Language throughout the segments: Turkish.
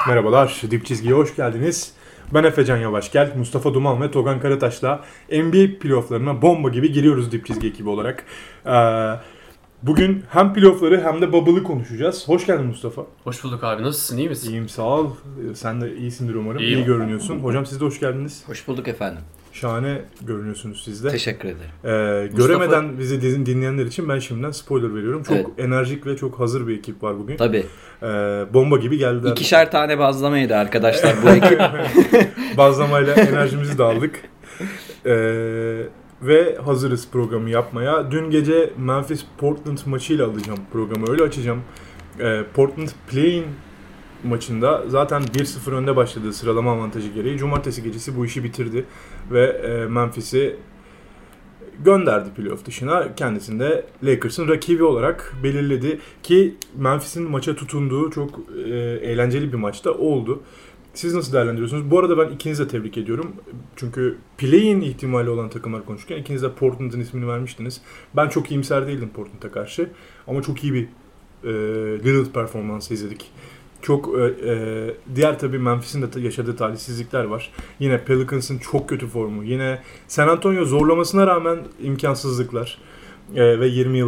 Merhabalar, Dip Çizgi'ye hoş geldiniz. Ben Efecan Yavaşgel, Mustafa Duman ve Togan Karataş'la NBA playofflarına bomba gibi giriyoruz Dip Çizgi ekibi olarak. Bugün hem playoffları hem de bubble'ı konuşacağız. Hoş geldin Mustafa. Hoş bulduk abi. Nasılsın? İyi misin? İyiyim, sağ ol. Sen de iyisindir umarım. İyiyim. İyi görünüyorsun. Hocam siz de hoş geldiniz. Hoş bulduk efendim. Şahane görünüyorsunuz siz de. Teşekkür ederim. Göremeden bizi dinleyenler için ben şimdiden spoiler veriyorum. Çok Evet. enerjik ve çok hazır bir ekip var bugün. Tabii. Bomba gibi geldiler. 2'şer tane bazlama yedi arkadaşlar bu ekip. Bazlamayla enerjimizi de aldık. Ve hazırız programı yapmaya. Dün gece Memphis Portland maçıyla alacağım programı. Öyle açacağım. Portland play-in maçında zaten 1-0 önde başladığı sıralama avantajı gereği cumartesi gecesi bu işi bitirdi ve Memphis'i gönderdi playoff dışına. Kendisini de Lakers'ın rakibi olarak belirledi ki Memphis'in maça tutunduğu çok eğlenceli bir maçta oldu. Siz nasıl değerlendiriyorsunuz? Bu arada ben ikinizi de tebrik ediyorum. Çünkü play-in ihtimali olan takımlar konuşurken ikiniz de Portland'ın ismini vermiştiniz. Ben çok iyimser değildim Portland'a karşı. Ama çok iyi bir Lillard performansı izledik. Çok diğer tabii Memphis'in de yaşadığı talihsizlikler var. Yine Pelicans'ın çok kötü formu. Yine San Antonio zorlamasına rağmen imkansızlıklar. Ve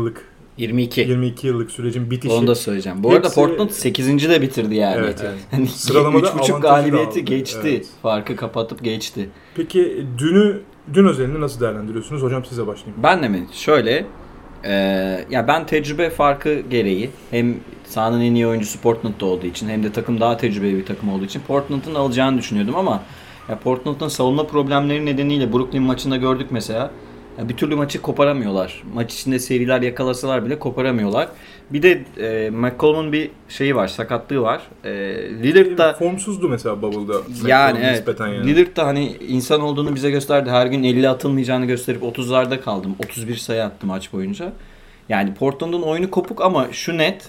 22 yıllık sürecin bitişi. Onu da söyleyeceğim. Bu arada Portland 8. de bitirdi yani. Evet. Hani Sıralamada 3.5 galibiyeti geçti. Evet. Farkı kapatıp geçti. Peki dün özelini nasıl değerlendiriyorsunuz? Hocam size başlayayım. Ben de mi? Şöyle. Ya ben tecrübe farkı gereği hem sahanın en iyi oyuncusu Portland'da olduğu için hem de takım daha tecrübeli bir takım olduğu için Portland'ın alacağını düşünüyordum ama ya Portland'ın savunma problemleri nedeniyle Brooklyn maçında gördük mesela. Ya bir türlü maçı koparamıyorlar. Maç içinde seriler yakalasalar bile koparamıyorlar. Bir de McCollum'un bir şeyi var, sakatlığı var. Lillard da formsuzdu mesela Bubble'da. yani evet. Lillard da hani insan olduğunu bize gösterdi. Her gün 50 atılmayacağını gösterip 30'larda kaldım. 31 sayı attı maç boyunca. Yani Portland'ın oyunu kopuk ama şu net.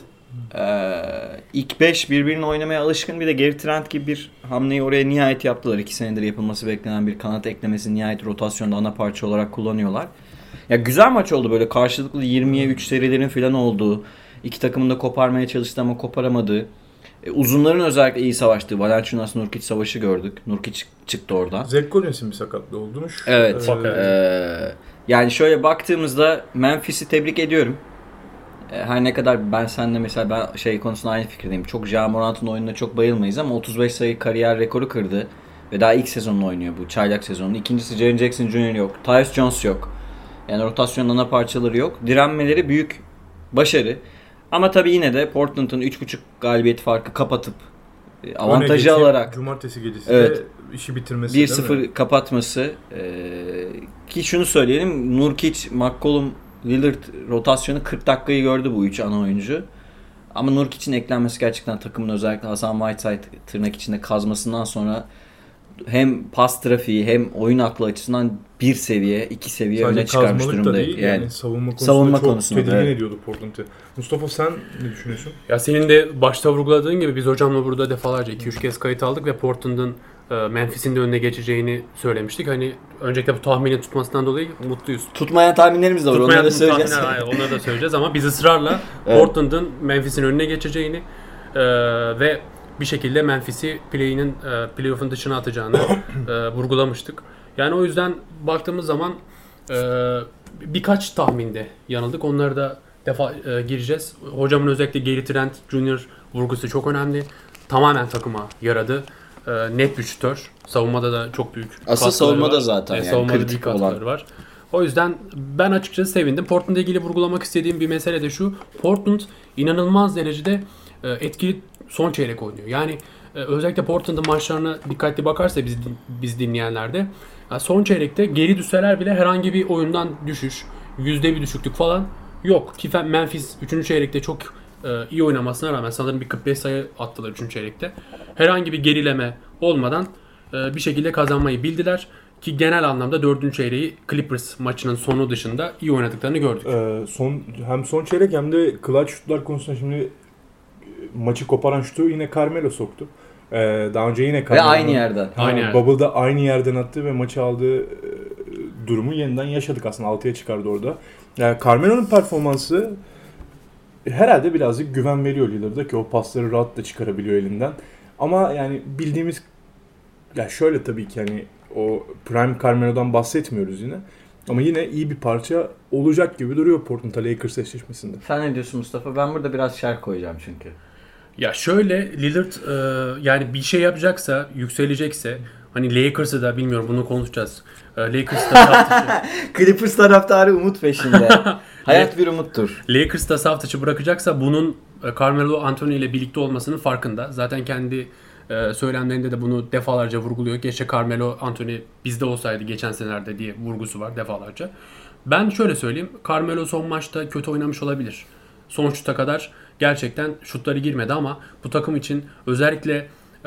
İlk 5 birbirine oynamaya alışkın, bir de Gary Trent gibi bir hamleyi oraya nihayet yaptılar. 2 senedir yapılması beklenen bir kanat eklemesi nihayet rotasyonda ana parça olarak kullanıyorlar. Ya güzel maç oldu, böyle karşılıklı 20'ye 3 serilerin falan olduğu. İki takımın da koparmaya çalıştı ama koparamadığı. Uzunların özellikle iyi savaştığı Valanciunas-Nurkic savaşı gördük. Nurkic çıktı orada. Zach Collins'in bir sakatlığı olmuş. Evet. Yani şöyle baktığımızda Memphis'i tebrik ediyorum. Her ne kadar ben seninle mesela ben şey konusunda aynı fikirdeyim. Çok Ja Morant'ın oyununa çok bayılmayız ama 35 sayı kariyer rekoru kırdı. Ve daha ilk sezonunu oynuyor bu çaylak sezonunu. İkincisi Jaren Jackson Jr. yok. Tyus Jones yok. Yani rotasyonun ana parçaları yok. Direnmeleri büyük başarı. Ama tabii yine de Portland'ın 3.5 galibiyet farkı kapatıp avantajı alarak cumartesi gecesi evet, de işi bitirmesi 1-0 kapatması. Ki şunu söyleyelim, Nurkic, McCollum, Lillard rotasyonu 40 dakikayı gördü bu 3 ana oyuncu. Ama Nurkic'in eklenmesi gerçekten takımın özellikle Hasan Whiteside tırnak içinde kazmasından sonra hem pas trafiği hem oyun aklı açısından bir seviye, 2 seviye öne çıkarmış durumda. Değil, yani savunma konusunda çok tedirgin ediyordu Portland'ı. Mustafa sen ne düşünüyorsun? Ya senin de başta vurguladığın gibi biz hocamla burada defalarca 2-3 kez kayıt aldık ve Portland'ın Memphis'in de önüne geçeceğini söylemiştik. Hani öncelikle bu tahmini tutmasından dolayı mutluyuz. Tutmayan tahminlerimiz de var. Onları da söyleyeceğiz. Onları da söyleyeceğiz ama biz ısrarla evet, Portland'ın Memphis'in önüne geçeceğini ve bir şekilde Memphis'i playoff'un dışına atacağını vurgulamıştık. Yani o yüzden baktığımız zaman birkaç tahminde yanıldık. Onları da gireceğiz. Hocamın özellikle Gary Trent Jr. vurgusu çok önemli. Tamamen takıma yaradı. Net bir şütör. Savunmada da çok büyük asıl savunmada var. Zaten yani savunmada büyük katkıları var. O yüzden ben açıkçası sevindim. Portland'la ilgili vurgulamak istediğim bir mesele de şu. Portland inanılmaz derecede etkili son çeyrek oynuyor. Yani özellikle Portland'ın maçlarına dikkatli bakarsa biz dinleyenler de son çeyrekte geri düşseler bile herhangi bir oyundan düşüş, yüzde bir düşüklük falan yok. Ki Memphis 3. çeyrekte çok iyi oynamasına rağmen sanırım bir 45 sayı attılar 3. çeyrekte. Herhangi bir gerileme olmadan bir şekilde kazanmayı bildiler. Ki genel anlamda 4. çeyreği Clippers maçının sonu dışında iyi oynadıklarını gördük. Hem son çeyrek hem de clutch şutlar konusunda şimdi maçı koparan şutu yine Carmelo soktu. Daha önce yine Carmelo. Ve aynı yerden. Bubble'da aynı yerden attı ve maçı aldığı durumu yeniden yaşadık aslında. 6'ya çıkardı orada. Yani Carmelo'nun performansı herhalde birazcık güven veriyor Lillard'a ki o pasları rahat da çıkarabiliyor elinden. Ama yani bildiğimiz ya şöyle tabii ki hani o Prime Carmelo'dan bahsetmiyoruz yine. Ama yine iyi bir parça olacak gibi duruyor Portland'a Lakers eşleşmesinde. Sen ne diyorsun Mustafa? Ben burada biraz şerh koyacağım çünkü. Ya şöyle Lillard yani bir şey yapacaksa, yükselecekse hani Lakers'ı da bilmiyorum bunu konuşacağız. Lakers'ta saf dışı. Clippers taraftarı umut peşinde. Hayat bir umuttur. Lakers'ta saf dışı bırakacaksa bunun Carmelo Anthony ile birlikte olmasının farkında. Zaten kendi söylemlerinde de bunu defalarca vurguluyor. Keşke Carmelo Anthony bizde olsaydı geçen senelerde diye vurgusu var defalarca. Ben şöyle söyleyeyim. Carmelo son maçta kötü oynamış olabilir. Son şuta kadar gerçekten şutları girmedi ama bu takım için özellikle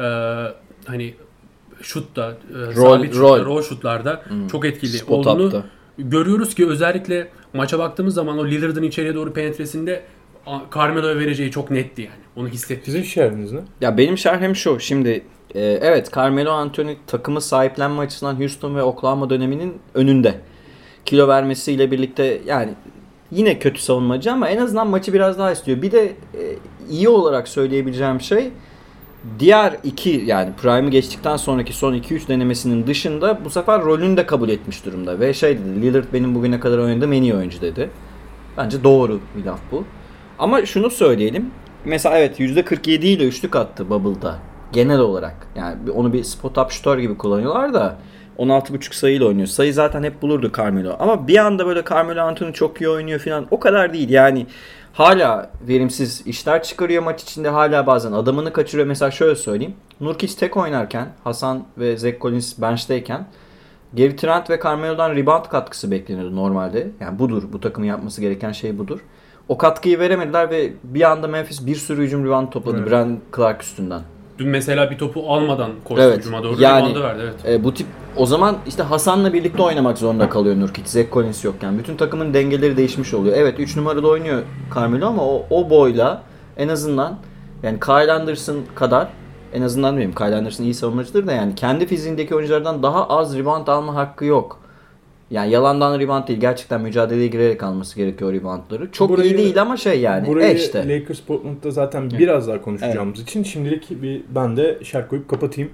hani şutta, sabit şutlar, rol şutlarda çok etkili Spot olduğunu up'ta görüyoruz ki özellikle maça baktığımız zaman o Lillard'ın içeriye doğru penetresinde Carmelo'ya vereceği çok netti yani. Onu hissettik. Sizin şerhiniz ne? Ya benim şerhim şu. Şimdi evet Carmelo Anthony takımı sahiplenme açısından Houston ve Oklahoma döneminin önünde. Kilo vermesiyle birlikte yani yine kötü savunmacı ama en azından maçı biraz daha istiyor. Bir de iyi olarak söyleyebileceğim şey diğer iki yani Prime'ı geçtikten sonraki son 2-3 denemesinin dışında bu sefer rolünü de kabul etmiş durumda. Ve şey dedi, Lillard benim bugüne kadar oynadığım en iyi oyuncu dedi. Bence doğru bir laf bu. Ama şunu söyleyelim. Mesela evet %47 ile üçlük attı Bubble'da. Genel olarak. Yani onu bir spot up shooter gibi kullanıyorlar da 16.5 sayıyla oynuyor. Sayı zaten hep bulurdu Carmelo. Ama bir anda böyle Carmelo Anthony çok iyi oynuyor falan. O kadar değil. Yani hala verimsiz işler çıkarıyor maç içinde. Hala bazen adamını kaçırıyor. Mesela şöyle söyleyeyim. Nurkic tek oynarken, Hasan ve Zach Collins bench'teyken Gary Trent ve Carmelo'dan rebound katkısı bekleniyordu normalde. Yani budur. Bu takımın yapması gereken şey budur. O katkıyı veremediler ve bir anda Memphis bir sürü hücum rebound topladı. Evet. Brandon Clark üstünden. Dün mesela bir topu almadan koştu evet. hücuma doğru yani, reboundu verdi. Evet. Bu tip o zaman işte Hasan'la birlikte oynamak zorunda kalıyor Nurkic. Zach Collins yokken. Bütün takımın dengeleri değişmiş oluyor. Evet 3 numarada oynuyor Carmelo ama o boyla en azından yani Kyle Anderson kadar en azından diyeyim Kyle Anderson iyi savunmacıdır da yani kendi fiziğindeki oyunculardan daha az rebound alma hakkı yok. Yani yalandan rebound değil. Gerçekten mücadeleye girerek alması gerekiyor reboundları. Çok iyi değil ama şey yani. Burayı işte. Lakers Portland'da zaten biraz daha konuşacağımız için şimdilik ben de şarkı koyup kapatayım.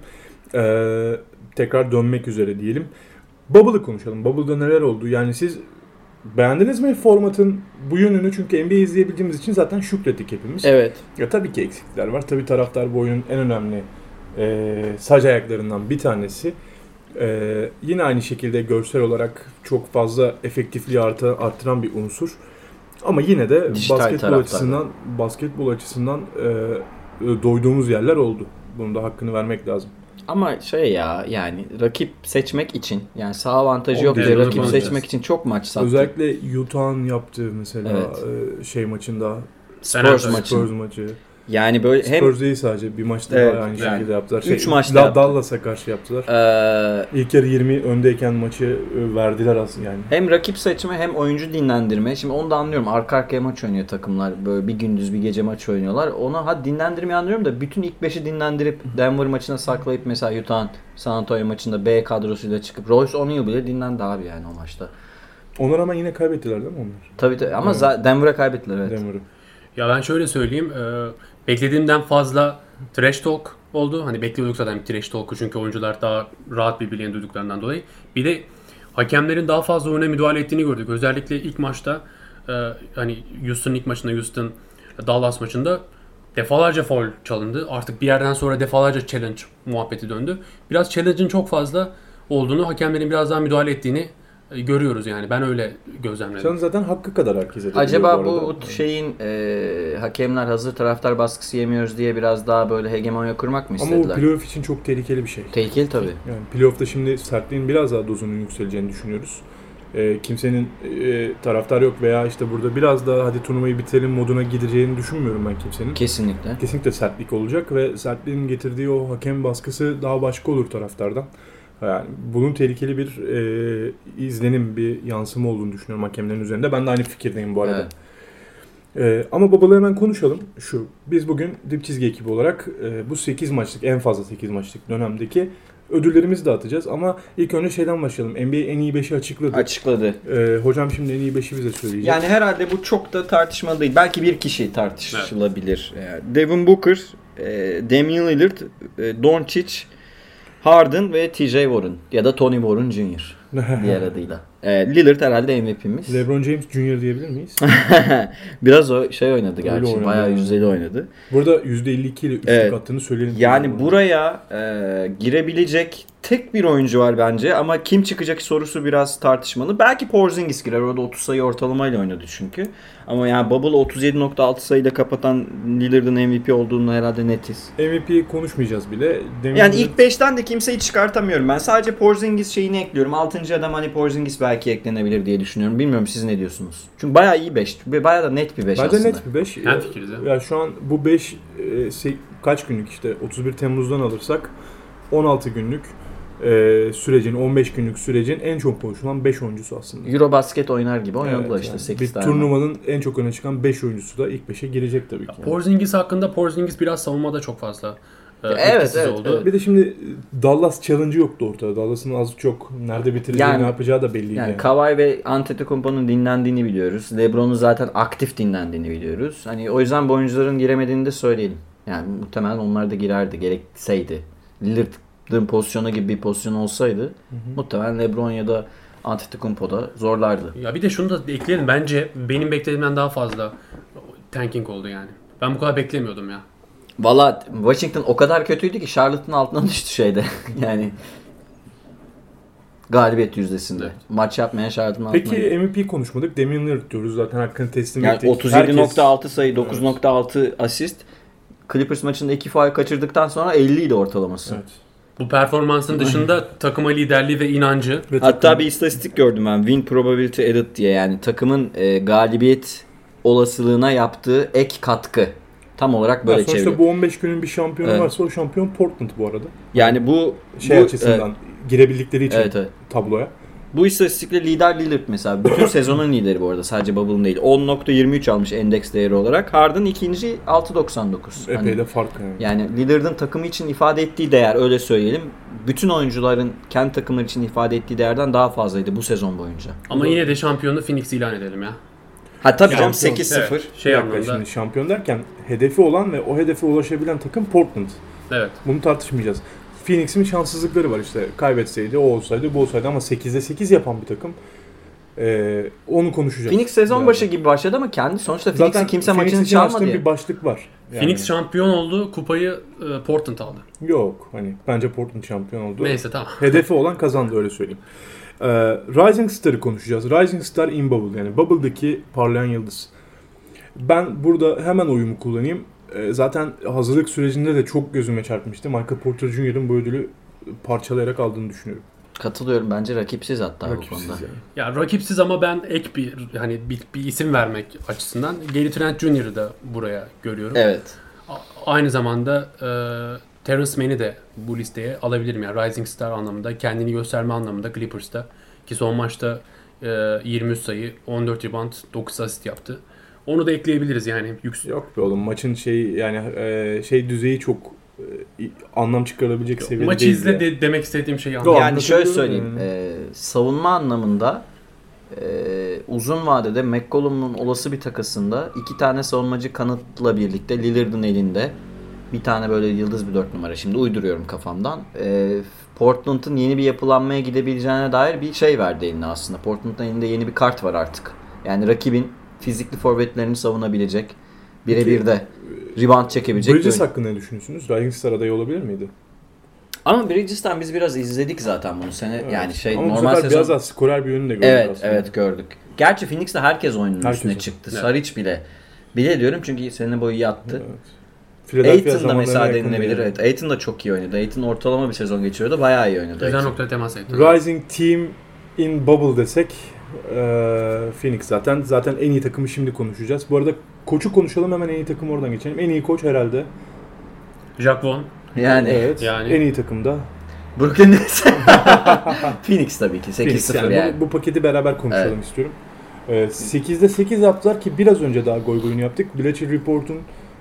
Tekrar dönmek üzere diyelim. Bubble'ı konuşalım. Bubble'da neler oldu? Yani siz beğendiniz mi formatın bu yönünü? Çünkü NBA izleyebildiğimiz için zaten şükrettik hepimiz. Evet. Ya tabii ki eksiklikler var. Tabii taraftar bu oyunun en önemli sac ayaklarından bir tanesi. Yine aynı şekilde görsel olarak çok fazla efektifliği arttıran bir unsur. Ama yine de basketbol açısından doyduğumuz yerler oldu. Bunun da hakkını vermek lazım. Ama şey ya yani rakip seçmek için yani sağ avantajı yok diye rakip seçmek için çok maç sattı. Özellikle Utah'ın yaptığı mesela şey maçında Spurs maçı. Yani böyle hem Spurs değil sadece bir maçta daha aynı şekilde yaptılar. 3 maçta Dallas'a karşı yaptılar. İlk yarı 20 öndeyken maçı verdiler aslında yani. Hem rakip seçme hem oyuncu dinlendirme. Şimdi onu da anlıyorum. Arka arkaya maç oynuyor takımlar. Böyle bir gündüz bir gece maç oynuyorlar. Onu dinlendirmeyi anlıyorum da bütün ilk 5'i dinlendirip Denver maçına saklayıp mesela Utah'ın San Antonio maçında B kadrosuyla çıkıp Royce O'Neal bile dinlendi abi yani o maçta. Onlar ama yine kaybettiler değil mi onlar? Tabii ama Denver'a kaybettiler evet. Denver'ı. Ya ben şöyle söyleyeyim. Beklediğimden fazla trash talk oldu. Hani bekliyorduk zaten bir trash talk'u çünkü oyuncular daha rahat birbirlerini duyduklarından dolayı. Bir de hakemlerin daha fazla oyuna müdahale ettiğini gördük. Özellikle ilk maçta hani Houston ilk maçında Dallas maçında defalarca foul çalındı. Artık bir yerden sonra defalarca challenge muhabbeti döndü. Biraz challenge'ın çok fazla olduğunu, hakemlerin biraz daha müdahale ettiğini görüyoruz yani. Ben öyle gözlemledim. Sen zaten hakkı kadar herkes ediyor. Acaba bu şeyin hakemler hazır taraftar baskısı yemiyoruz diye biraz daha böyle hegemonya kurmak mı istediler? Ama o playoff için çok tehlikeli bir şey. Tehlikeli tabii. Yani playoff'ta şimdi sertliğin biraz daha dozunun yükseleceğini düşünüyoruz. Kimsenin taraftar yok veya işte burada biraz daha hadi turnuvayı bitirelim moduna gideceğini düşünmüyorum ben kimsenin. Kesinlikle. Kesinlikle sertlik olacak ve sertliğin getirdiği o hakem baskısı daha başka olur taraftardan. Yani bunun tehlikeli bir izlenim, bir yansıma olduğunu düşünüyorum hakemlerin üzerinde. Ben de aynı fikirdeyim bu arada. Evet. Ama Bubble'ı hemen konuşalım. Biz bugün Dip Çizgi ekibi olarak bu 8 maçlık, en fazla 8 maçlık dönemdeki ödüllerimizi dağıtacağız. Ama ilk önce şeyden başlayalım. NBA en iyi 5'i açıkladı. Hocam şimdi en iyi 5'i bize söyleyecek. Yani herhalde bu çok da tartışmalı değil. Belki bir kişi tartışılabilir. Evet. Devin Booker Damian Lillard, Doncic, Harden ve TJ Warren ya da Tony Warren Jr. diğer adıyla. Lillard herhalde MVP'miz. LeBron James Jr. diyebilir miyiz? Biraz o şey oynadı gerçi. Oynadı Bayağı yüzdeli oynadı. Burada %52 ile üçlük attığını söyleyelim. Yani buraya girebilecek tek bir oyuncu var bence ama kim çıkacak sorusu biraz tartışmalı. Belki Porzingis girer. Orada 30 sayı ortalamayla oynadı çünkü. Ama yani Bubble 37.6 sayıyla kapatan Lillard'ın MVP olduğunu herhalde netiz. MVP konuşmayacağız bile. Yani ilk 5'ten de kimseyi çıkartamıyorum ben. Sadece Porzingis şeyini ekliyorum. 6. adam hani Porzingis belki eklenebilir diye düşünüyorum. Bilmiyorum siz ne diyorsunuz? Çünkü bayağı iyi 5. Bayağı da net bir 5 aslında. Bence net bir 5. Hem fikiriz ya. Ya şu an bu 5 kaç günlük işte 31 Temmuz'dan alırsak 16 günlük sürecin, 15 günlük sürecin en çok konuşulan 5 oyuncusu aslında. Eurobasket oynar gibi oynadılar Evet, işte yani 8 bir tane. turnuvanın en çok öne çıkan 5 oyuncusu da ilk 5'e girecek tabii ki. Porzingis hakkında Porzingis biraz savunmada çok fazla evet, oldu. Bir de şimdi Dallas challenge'ı yoktu ortada. Dallas'ın az çok nerede bitireceği, Yani- ne yapacağı da belliydi. Yani Kawhi ve Antetokounmpo'nun dinlendiğini biliyoruz. LeBron'un zaten aktif dinlendiğini biliyoruz. Hani o yüzden bu oyuncuların giremediğini de söyleyelim. Yani muhtemelen onlar da girerdi gerekseydi. Lillard'ın pozisyonu gibi bir pozisyon olsaydı muhtemelen LeBron ya da Antetokounmpo da zorlardı. Ya bir de şunu da ekleyelim. Bence benim beklediğimden daha fazla tanking oldu yani. Ben bu kadar beklemiyordum ya. Valla Washington o kadar kötüydü ki Charlotte'ın altına düştü şeyde. Yani galibiyet yüzdesinde. Evet. Maç yapmayan Charlotte'ın altına düştü. Peki MVP konuşmadık. Damian Lillard diyoruz zaten hakkını teslim Yani ettik. 37.6 sayı, 9.6 asist. Clippers maçında 2 faul kaçırdıktan sonra 50 idi ortalaması. Evet. Bu performansın dışında takıma liderliği ve inancı. Ve Hatta takım- bir istatistik gördüm ben. Win probability added diye, yani takımın galibiyet olasılığına yaptığı ek katkı. Tam olarak böyle sonuçta çeviriyor. bu 15 günün bir şampiyonu Evet. varsa o şampiyon Portland bu arada. Yani bu Açısından girebildikleri için evet. tabloya. Bu istatistikle lider Lillard mesela. Bütün sezonun lideri bu arada. Sadece Bubble'ın değil. 10.23 almış endeks değeri olarak. Harden ikinci 6.99. Epey Hani de fark yani. yani Lillard'ın takımı için ifade ettiği değer, öyle söyleyelim, bütün oyuncuların kendi takımları için ifade ettiği değerden daha fazlaydı bu sezon boyunca. Ama yine de şampiyonu Phoenix ilan edelim ya. Ha tabii canım, Şampiyon. 8-0. Evet, Bir dakika, anlamda. şimdi şampiyon derken hedefi olan ve o hedefe ulaşabilen takım Portland. Evet. Bunu tartışmayacağız. Phoenix'in şanssızlıkları var işte. Kaybetseydi, o olsaydı, bu olsaydı ama 8'de 8 yapan bir takım. Onu konuşacağız. Phoenix sezon Yani. başı gibi başladı ama kendi sonuçta Phoenix'ten kimse Phoenix maçını için açtığım çalmadı ya. bir başlık var. Yani Phoenix şampiyon oldu. Kupayı Portland aldı. Yok. Hani bence Portland şampiyon oldu. Neyse tamam. Hedefi olan kazandı, öyle söyleyeyim. Rising Star'ı konuşacağız. Rising Star in Bubble, yani Bubble'daki parlayan yıldız. Ben burada hemen oyumu kullanayım. Zaten hazırlık sürecinde de çok gözüme çarpmıştı. Michael Porter Jr.'ın bu ödülü parçalayarak aldığını düşünüyorum. Katılıyorum, bence rakipsiz hatta bu Rakipsiz konuda. yani. Ya rakipsiz ama ben ek bir hani bir isim vermek açısından Gary Trent Jr.'ı da buraya görüyorum. Evet. Aynı zamanda Terrence Mann'i de bu listeye alabilirim yani Rising Star anlamında, kendini gösterme anlamında Clippers'ta ki son maçta 23 sayı, 14 rebound, 9 asist yaptı. Onu da ekleyebiliriz yani. Yok be oğlum, maçın düzeyi çok anlam çıkarabilecek seviyede Maçı değil izle ya. demek istediğim şeyi Yok. anladım. Yani şöyle Anlatabiliyorum söyleyeyim. Savunma anlamında uzun vadede McCollum'un olası bir takasında 2 tane savunmacı kanatla birlikte Lillard'ın elinde bir tane böyle yıldız bir 4 numara, şimdi uyduruyorum kafamdan. Portland'ın yeni bir yapılanmaya gidebileceğine dair bir şey verdi eline aslında. Portland'ın elinde yeni bir kart var artık. Yani rakibin fizikli forvetlerini savunabilecek, birebir de rebound çekebilecek. Bridges hakkında ne düşünüyorsunuz? Rising Star adayı olabilir miydi? Ama Bridges'ten biz biraz izledik zaten bunu sene. Evet. Yani Ama bu normal sefer sezon. biraz daha skorer bir yönünü de gördük Evet, aslında. evet gördük. Gerçi Phoenix'te herkes oyunun Herkes üstüne oynadı. çıktı. Evet. Saric bile. Bile diyorum çünkü sene boyu yattı. Evet. Philadelphia Aiton da zamanlarına mesela yakın denilebilir. yani. Evet. Aiton da çok iyi oynadı. Aiton ortalama bir sezon geçiriyordu. Bayağı iyi oynadı. Güzel Aiton. noktaya temas etti. Rising Team in Bubble desek Phoenix zaten en iyi takımı şimdi konuşacağız. Bu arada koçu konuşalım, hemen en iyi takım oradan geçelim. En iyi koç herhalde. Jacques Vaughn. Yani Evet. Yani. En iyi takımda. Brooklyn Nets. Phoenix tabii ki. 8-0 Phoenix. yani. Yani bu paketi beraber konuşalım Evet. istiyorum. 8'de 8 yaptılar ki biraz önce daha goy goyunu yaptık. Bleacher Report'un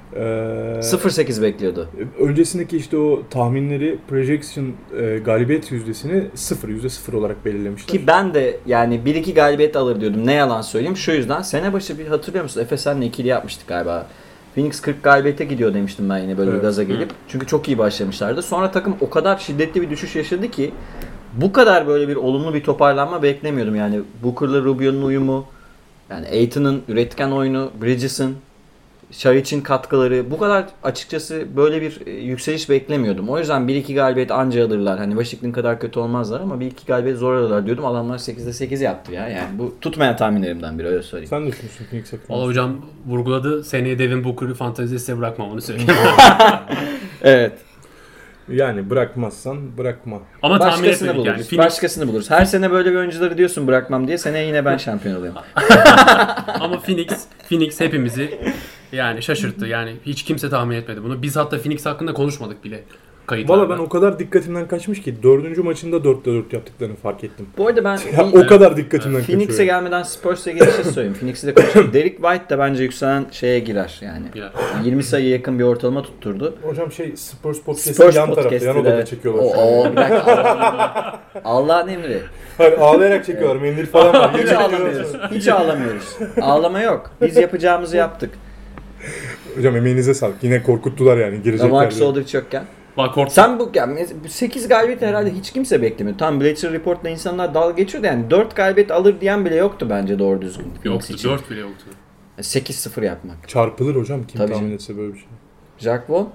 0-8 bekliyordu. öncesindeki işte o tahminleri, projection galibiyet yüzdesini %0 olarak belirlemişler. Ki ben de yani 1-2 galibiyet alır diyordum. Ne yalan söyleyeyim. Şu yüzden sene başı bir hatırlıyor musun? Efes Sen'le ikili yapmıştık galiba. Phoenix 40 galibiyete gidiyor demiştim ben yine böyle bir Evet. gaza gelip. Çünkü çok iyi başlamışlardı. Sonra takım o kadar şiddetli bir düşüş yaşadı ki bu kadar böyle bir olumlu bir toparlanma beklemiyordum. Yani Booker'la Rubio'nun uyumu, yani Ayton'un üretken oyunu, Bridges'in Şaric'in katkıları, bu kadar açıkçası böyle bir yükseliş beklemiyordum. O yüzden 1-2 galibiyet anca alırlar. Hani Washington kadar kötü olmazlar ama 1-2 galibiyet zor alırlar diyordum. Adamlar 8'de 8 yaptı ya. Yani bu tutmayan tahminlerimden biri, öyle söyleyeyim. Sen ne düşünüyorsun Phoenix hakkında? Valla hocam vurguladı. Seneye Devin Booker'ı fantezide bırakmamını söyleyeyim. Evet. Yani bırakmazsan bırakma. Ama tahmin Başkasını etmedik buluruz. yani. Phoenix, Başkasını buluruz. Her sene böyle bir oyuncuları diyorsun bırakmam diye. Seneye yine ben şampiyon olayım. ama Phoenix hepimizi yani şaşırttı. Yani hiç kimse tahmin etmedi bunu. Biz hatta Phoenix hakkında konuşmadık bile kayıtlarda. Valla ben o kadar dikkatimden kaçmış ki 4. maçında 4'te 4 yaptıklarını fark ettim. Bu arada ben O kadar dikkatimden Phoenix'e kaçıyor. gelmeden Spurs'a ilgili bir şey söyleyeyim. Phoenix'i de konuşalım. Derek White de bence yükselen şeye girer yani. Girer. 20 sayıya yakın bir ortalama tutturdu. Hocam Spurs Podcast'ın Spurs yan tarafta, yan Podcast'ı odada da çekiyorlar. bir dakika. Allah'ın emri. Hayır, ağlayarak çekiyorlar. Mendil falan var. Hiç ağlamıyoruz. Hiç ağlamıyoruz. Ağlama yok. Biz yapacağımızı yaptık. Hocam emeğinize sağlık. Yine korkuttular yani girecekler Marcus diye. Aldridge yokken. Bak orta. Sen bu yani 8 galibiyet herhalde hiç kimse beklemiyor. Tam Bleacher Report'la insanlar dalga geçiyordu yani 4 galibiyet alır diyen bile yoktu bence doğru düzgün. Phoenix Yoktu. için. 4 bile yoktu. 8-0 yapmak. Çarpılır hocam kim Tabii tahmin canım. etse böyle bir şey. Jack Vaughn.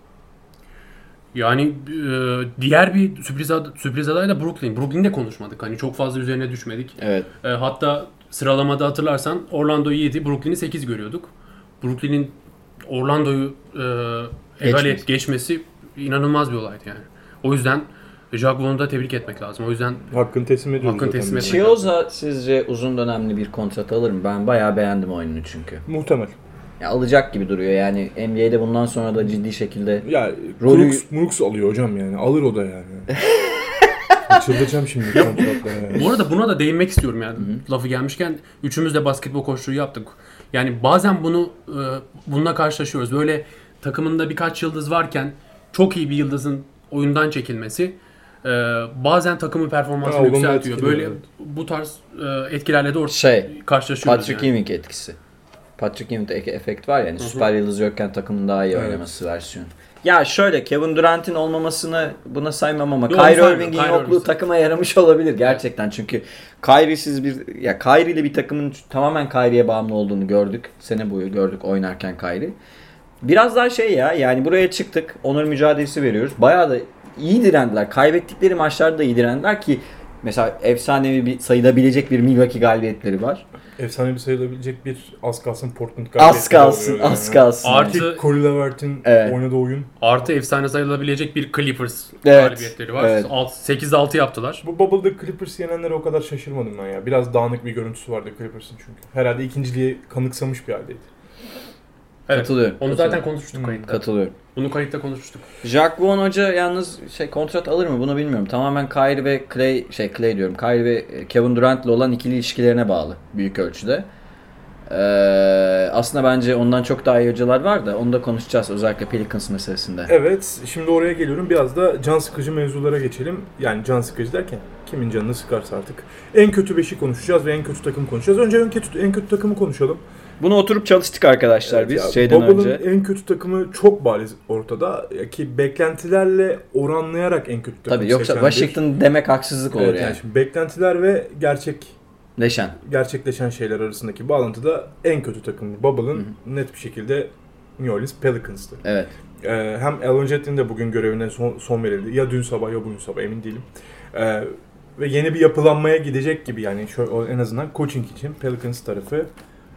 Yani diğer bir sürpriz aday da Brooklyn. Brooklyn'de konuşmadık. Hani çok fazla üzerine düşmedik. Evet. Hatta sıralamada hatırlarsan Orlando'yu 7, Brooklyn'i 8 görüyorduk. Brooklyn'in Orlando'yu geçmesi inanılmaz bir olaydı yani. O yüzden Jack Vaughn'u da tebrik etmek lazım. O yüzden Hakkını teslim ediyoruz Hakkını zaten. teslim etmek. Chiozza sizce uzun dönemli bir kontrat alır mı? Ben bayağı beğendim oyununu çünkü. Muhtemel. Ya alacak gibi duruyor yani NBA'de bundan sonra da ciddi şekilde. Ya Rolü- Crooks alıyor hocam yani. Alır o da yani. Çıldıracağım şimdi kontratla yani. bu arada buna da değinmek istiyorum yani. Lafı gelmişken üçümüz de basketbol koçluğu yaptık. Yani bazen bununla karşılaşıyoruz. Böyle takımında birkaç yıldız varken çok iyi bir yıldızın oyundan çekilmesi bazen takımın performansını olumlu yükseltiyor. etkiliyor, Böyle evet. bu tarz etkilerle de karşılaşıyoruz. Patrick yani. Ewing etkisi. Patrick Ewing efekt var yani süper yıldız yokken takımın daha iyi Evet. oynaması versiyonu. Ya şöyle Kevin Durant'in olmamasını buna saymam ama Yok, Kyrie saymıyorum. Irving'in Kyrie yokluğu Irving. takıma yaramış olabilir gerçekten. Çünkü Kyrie ile bir takımın tamamen Kyrie'ye bağımlı olduğunu gördük. Sene boyu gördük oynarken Kyrie. Biraz daha yani buraya çıktık. Onur mücadelesi veriyoruz. Bayağı da iyi direndiler. Kaybettikleri maçlarda da iyi direndiler ki mesela efsanevi bir sayılabilecek bir Milwaukee galibiyetleri var. Efsane bir sayılabilecek bir az kalsın Portland galibiyeti Az kalsın, oluyor az yani. kalsın. Artı Corey Levert'in Evet. oynadığı oyun. Artı efsane sayılabilecek bir Clippers Evet, galibiyetleri var. evet. 8'de 6 yaptılar. Bu Bubble'da Clippers yenenlere o kadar şaşırmadım ben ya. Biraz dağınık bir görüntüsü vardı Clippers'ın çünkü. Herhalde ikinciliği kanıksamış bir haldeydi. Evet. Katılıyorum. Onu zaten konuşmuştuk kayıtta. Katılıyorum. Bunu kayıtta konuşmuştuk. Jack Vaughn hoca yalnız kontrat alır mı bunu bilmiyorum. Tamamen Kyrie ve Kyrie ve Kevin Durant'la olan ikili ilişkilerine bağlı büyük ölçüde. Aslında bence ondan çok daha iyi hocalar var da onu da konuşacağız özellikle Pelicans meselesinde. Evet, şimdi oraya geliyorum. Biraz da can sıkıcı mevzulara geçelim. Yani can sıkıcı derken kimin canını sıkarsa artık. En kötü 5'i konuşacağız ve en kötü takımı konuşacağız. Önce en kötü takımı konuşalım. Bunu oturup çalıştık arkadaşlar Evet, biz ya, şeyden Bubble'ın önce. en kötü takımı çok bariz ortada. Ki beklentilerle oranlayarak en kötü takım Tabii yoksa seçen bir- Washington demek haksızlık olur Evet, yani. şimdi beklentiler ve Leşen. gerçekleşen şeyler arasındaki bağlantıda en kötü takım Bubble'ın net bir şekilde New Orleans Pelicans'tı. Evet. Hem Alon Jet'in de bugün görevine son verildi. Ya dün sabah ya bugün sabah emin değilim. Ve yeni bir yapılanmaya gidecek gibi yani en azından coaching için Pelicans tarafı.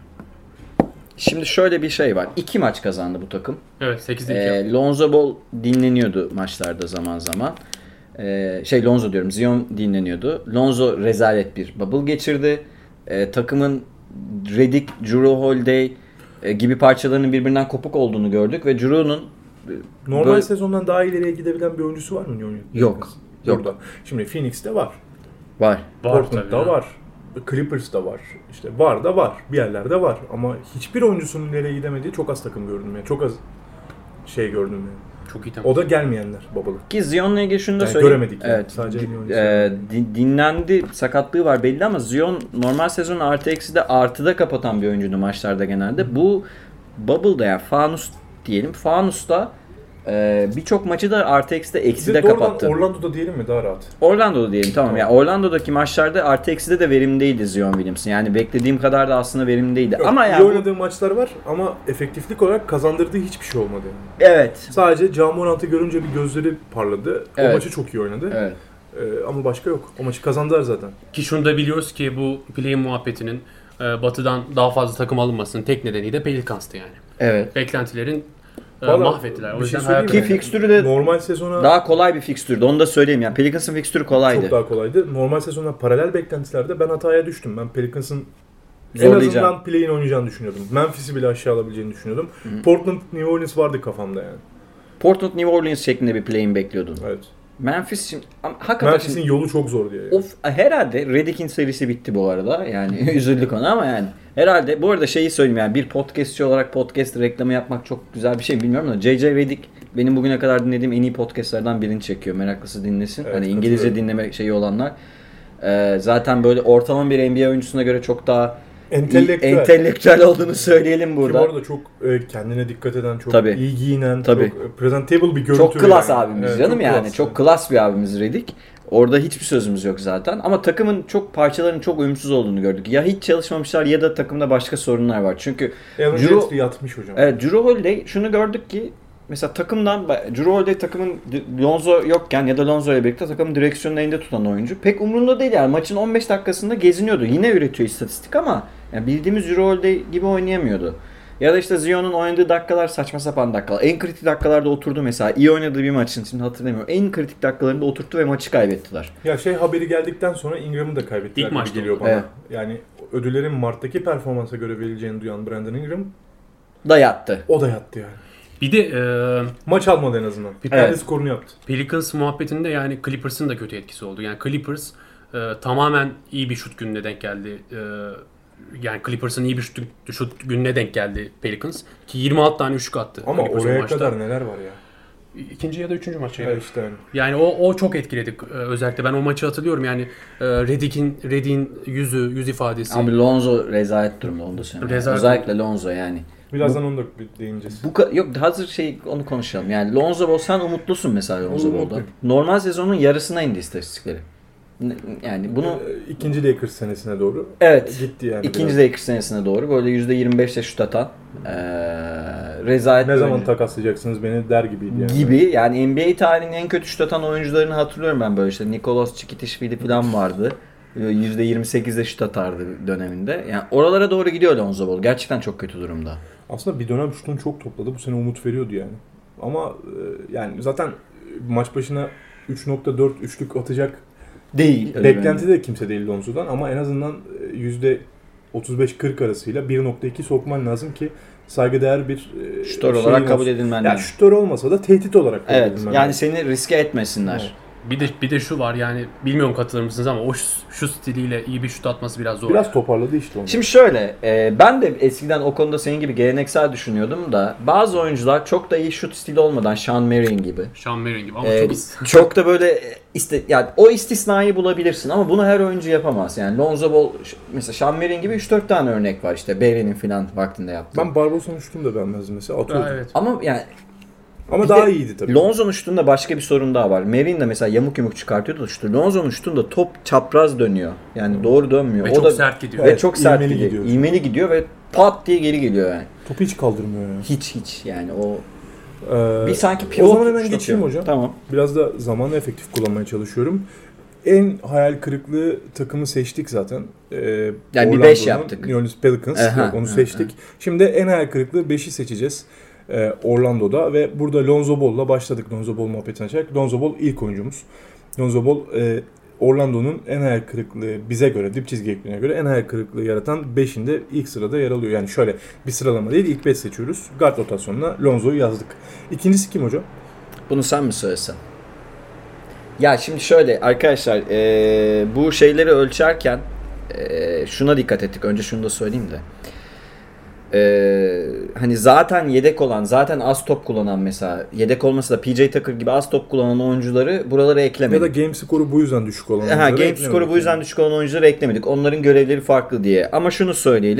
Şimdi şöyle bir şey var. 2 maç kazandı bu takım. Evet 8'de 2. Lonzo Ball dinleniyordu maçlarda zaman zaman. Lonzo diyorum. Zion dinleniyordu. Lonzo rezalet bir bubble geçirdi. Takımın Redick, Jrue Holiday gibi parçalarının birbirinden kopuk olduğunu gördük ve Jrue'nun Normal sezondan daha ileriye gidebilen bir oyuncusu var mı New Orleans? Yok. Burada. Şimdi Phoenix'te var. var. Portland'da var. Clippers'da var. İşte var da var. Bir yerlerde var. Ama hiçbir oyuncusunun nereye gidemediği çok az takım gördüm yani. Çok az gördüm yani. Çok iyi tamam. O da gelmeyenler Bubble'ın. Ki Zion'la ilgili şunu da Yani söyleyeyim. göremedik yani. Evet. Sadece Zion'u Dinlendi. Sakatlığı var belli ama Zion normal sezonu artı ekside artıda kapatan bir oyuncuydu maçlarda genelde. Bu Bubble'da yani fanus diyelim. Fanus'ta birçok maçı da RTX'de ekside kapattı. Orlando'da diyelim mi daha rahat? Orlando'da diyelim tamam. Yani Orlando'daki maçlarda RTX'de de verimli değildi Zion Williamson. Yani beklediğim kadar da aslında verimli değildi. Yok, ama iyi yani oynadığı maçlar var ama efektiflik olarak kazandırdığı hiçbir şey olmadı. Yani. Evet. Sadece Ja Morant'ı görünce bir gözleri parladı. Evet. O maçı çok iyi oynadı. Evet. Ama başka yok. O maçı kazandılar zaten. Ki şunu da biliyoruz ki bu play muhabbetinin Batı'dan daha fazla takım alınmasının tek nedeni de Pelicans'tı yani. Evet. Beklentilerin Vallahi mahvettiler. O bir şey yüzden söyleyeyim Ki mi? fikstürü de Normal sezona daha kolay bir fikstürdü. Onu da söyleyeyim yani. Pelicans'ın fikstürü kolaydı. çok daha kolaydı. Normal sezonla paralel beklentilerde ben hataya düştüm. Ben Pelicans'ın en Zorlayacağım. azından play'in oynayacağını düşünüyordum. Memphis'i bile aşağı alabileceğini düşünüyordum. Portland, New Orleans vardı kafamda yani. Portland New Orleans şeklinde bir play-in bekliyordun. Evet. Memphis şimdi hakikaten Memphis'in yolu çok zor diye. Yani. herhalde Redick'in serisi bitti bu arada. Yani üzüldük ona ama yani herhalde bu arada şeyi söyleyeyim yani bir podcastçi olarak podcast reklamı yapmak çok güzel bir şey bilmiyorum da J.J. Redick benim bugüne kadar dinlediğim en iyi podcastlardan birini çekiyor. Meraklısı dinlesin. Evet, hani İngilizce dinleme şeyi olanlar. Zaten böyle ortalama bir NBA oyuncusuna göre çok daha entelektüel olduğunu söyleyelim burada. Ki bu arada çok kendine dikkat eden, çok Tabii. iyi giyinen, Tabii. çok presentable bir görüntü. Çok klas yani. abimiz Evet, canım çok yani. klas. Çok klas bir abimiz Redick. Orada hiçbir sözümüz yok zaten. Ama takımın çok parçalarının çok uyumsuz olduğunu gördük. Ya hiç çalışmamışlar ya da takımda başka sorunlar var. Çünkü Evan Gentry yatmış hocam. Evet, Jrue Holiday şunu gördük ki mesela takımdan Jrue Holiday takımın Lonzo yokken ya da Lonzo ile birlikte takımın direksiyonunu elinde tutan oyuncu. Pek umurunda değil yani. Maçın 15 dakikasında geziniyordu. Yine üretiyor istatistik ama yani bildiğimiz Jrue Holiday gibi oynayamıyordu. Ya da işte Zion'un oynadığı dakikalar saçma sapan dakikalar. En kritik dakikalarda oturdu mesela. İyi oynadığı bir maçın şimdi hatırlamıyorum. En kritik dakikalarında oturttu ve maçı kaybettiler. Ya haberi geldikten sonra Ingram'ı da kaybettiler İlk gibi maçta geliyor bana. Evet. Yani ödüllerin Mart'taki performansa göre verileceğini duyan Brandon Ingram Da yattı. o da yattı yani. bir de Maç almadı en azından. Bir tane skorunu yaptı. Pelicans muhabbetinde yani Clippers'ın da kötü etkisi oldu. Yani Clippers tamamen iyi bir şut gününe denk geldi. Yani Clippers'ın iyi bir şut gününe denk geldi Pelicans. Ki 26 tane üçlük attı. Ama Clippers o oraya maçta. kadar neler var ya. İkinci ya da üçüncü maç. Evet işte yani. Yani o çok etkiledi özellikle. Ben o maçı hatırlıyorum yani Redick'in yüz ifadesi. Abi Lonzo rezalet durumda onu da söyleyeyim. Rezalet. Özellikle Lonzo yani. Birazdan onu da değineceğiz. Yok hazır onu konuşalım. Yani Lonzo Ball sen umutlusun mesela Lonzo Ball'dan. Umutluyum. Normal sezonun yarısına indi istatistikleri. Yani bunu ikinci Lakers senesine doğru gitti yani. İkinci Lakers senesine doğru böyle %25'le şut atan rezalet. Ne zaman takaslayacaksınız beni der gibiydi yani. Gibi yani NBA tarihinin en kötü şut atan oyuncularını hatırlıyorum ben böyle işte Nikolas Çikitişvili falan vardı. %28'de şut atardı döneminde. Yani oralara doğru gidiyor Lonzo Ball. Gerçekten çok kötü durumda. Aslında bir dönem şutunu çok topladı. Bu sene umut veriyordu yani. Ama yani zaten maç başına 3.4 üçlük atacak Değil. beklenti de kimse değil Lonzo'dan ama en azından %35-40 arasıyla 1.2 sokman lazım ki saygıdeğer bir şutör olarak kabul edilmen lazım. Yani şutör olmasa da tehdit olarak kabul edilmen lazım. Yani seni riske etmesinler. Evet. Bir de şu var yani bilmiyorum katılır mısınız ama o şu stiliyle iyi bir şut atması biraz zor. Biraz toparladı işte onu. Şimdi şöyle ben de eskiden o konuda senin gibi geleneksel düşünüyordum da bazı oyuncular çok da iyi şut stili olmadan Sean Marion gibi. Sean Marion gibi ama çok da böyle yani o istisnayı bulabilirsin ama bunu her oyuncu yapamaz. Yani Lonzo Ball mesela Sean Marion gibi 3-4 tane örnek var işte Barry'nin filan vaktinde yaptığı. Ben Barbossa'nın şutunu da beğenmezdim mesela atıyordu. evet. Ama yani ama daha iyiydi tabii. Lonzo'nun şutunda başka bir sorun daha var. Marion de mesela yamuk yumuk çıkartıyordu da şutu. Lonzo'nun şutunda top çapraz dönüyor. Yani doğru dönmüyor. Ve o çok da sert gidiyor. Ve Evet, çok sert ivmeli gidiyor. gidiyor. İğmeli gidiyor ve pat diye geri geliyor yani. Topu hiç kaldırmıyor yani. Hiç yani o Bir sanki pivot. O zaman hemen şut geçeyim atıyor. hocam. Tamam. Biraz da zamanı efektif kullanmaya çalışıyorum. En hayal kırıklığı takımı seçtik zaten. Yani bir 5 yaptık. New Orleans Pelicans. Aha, Onu seçtik. Şimdi en hayal kırıklığı 5'i seçeceğiz. Orlando'da ve burada Lonzo Ball'la başladık. Lonzo Ball muhabbetini açarak. Lonzo Ball ilk oyuncumuz. Lonzo Ball Orlando'nun en hayal kırıklığı bize göre, dip çizgi ekibine göre en hayal kırıklığı yaratan 5'inde ilk sırada yer alıyor. Yani şöyle bir sıralama değil, ilk 5 seçiyoruz. Guard rotasyonuna Lonzo'yu yazdık. İkincisi kim hocam? Bunu sen mi söylesen? Ya şimdi şöyle arkadaşlar bu şeyleri ölçerken şuna dikkat ettik. Önce şunu da söyleyeyim de. Hani zaten yedek olan, zaten az top kullanan mesela yedek olmasa da PJ Tucker gibi az top kullanan oyuncuları buralara eklemedik. Ya da game skoru bu yüzden düşük olan oyuncuları game skoru bu yüzden düşük olan oyuncuları eklemedik. Onların görevleri farklı diye. Ama şunu söyleyelim.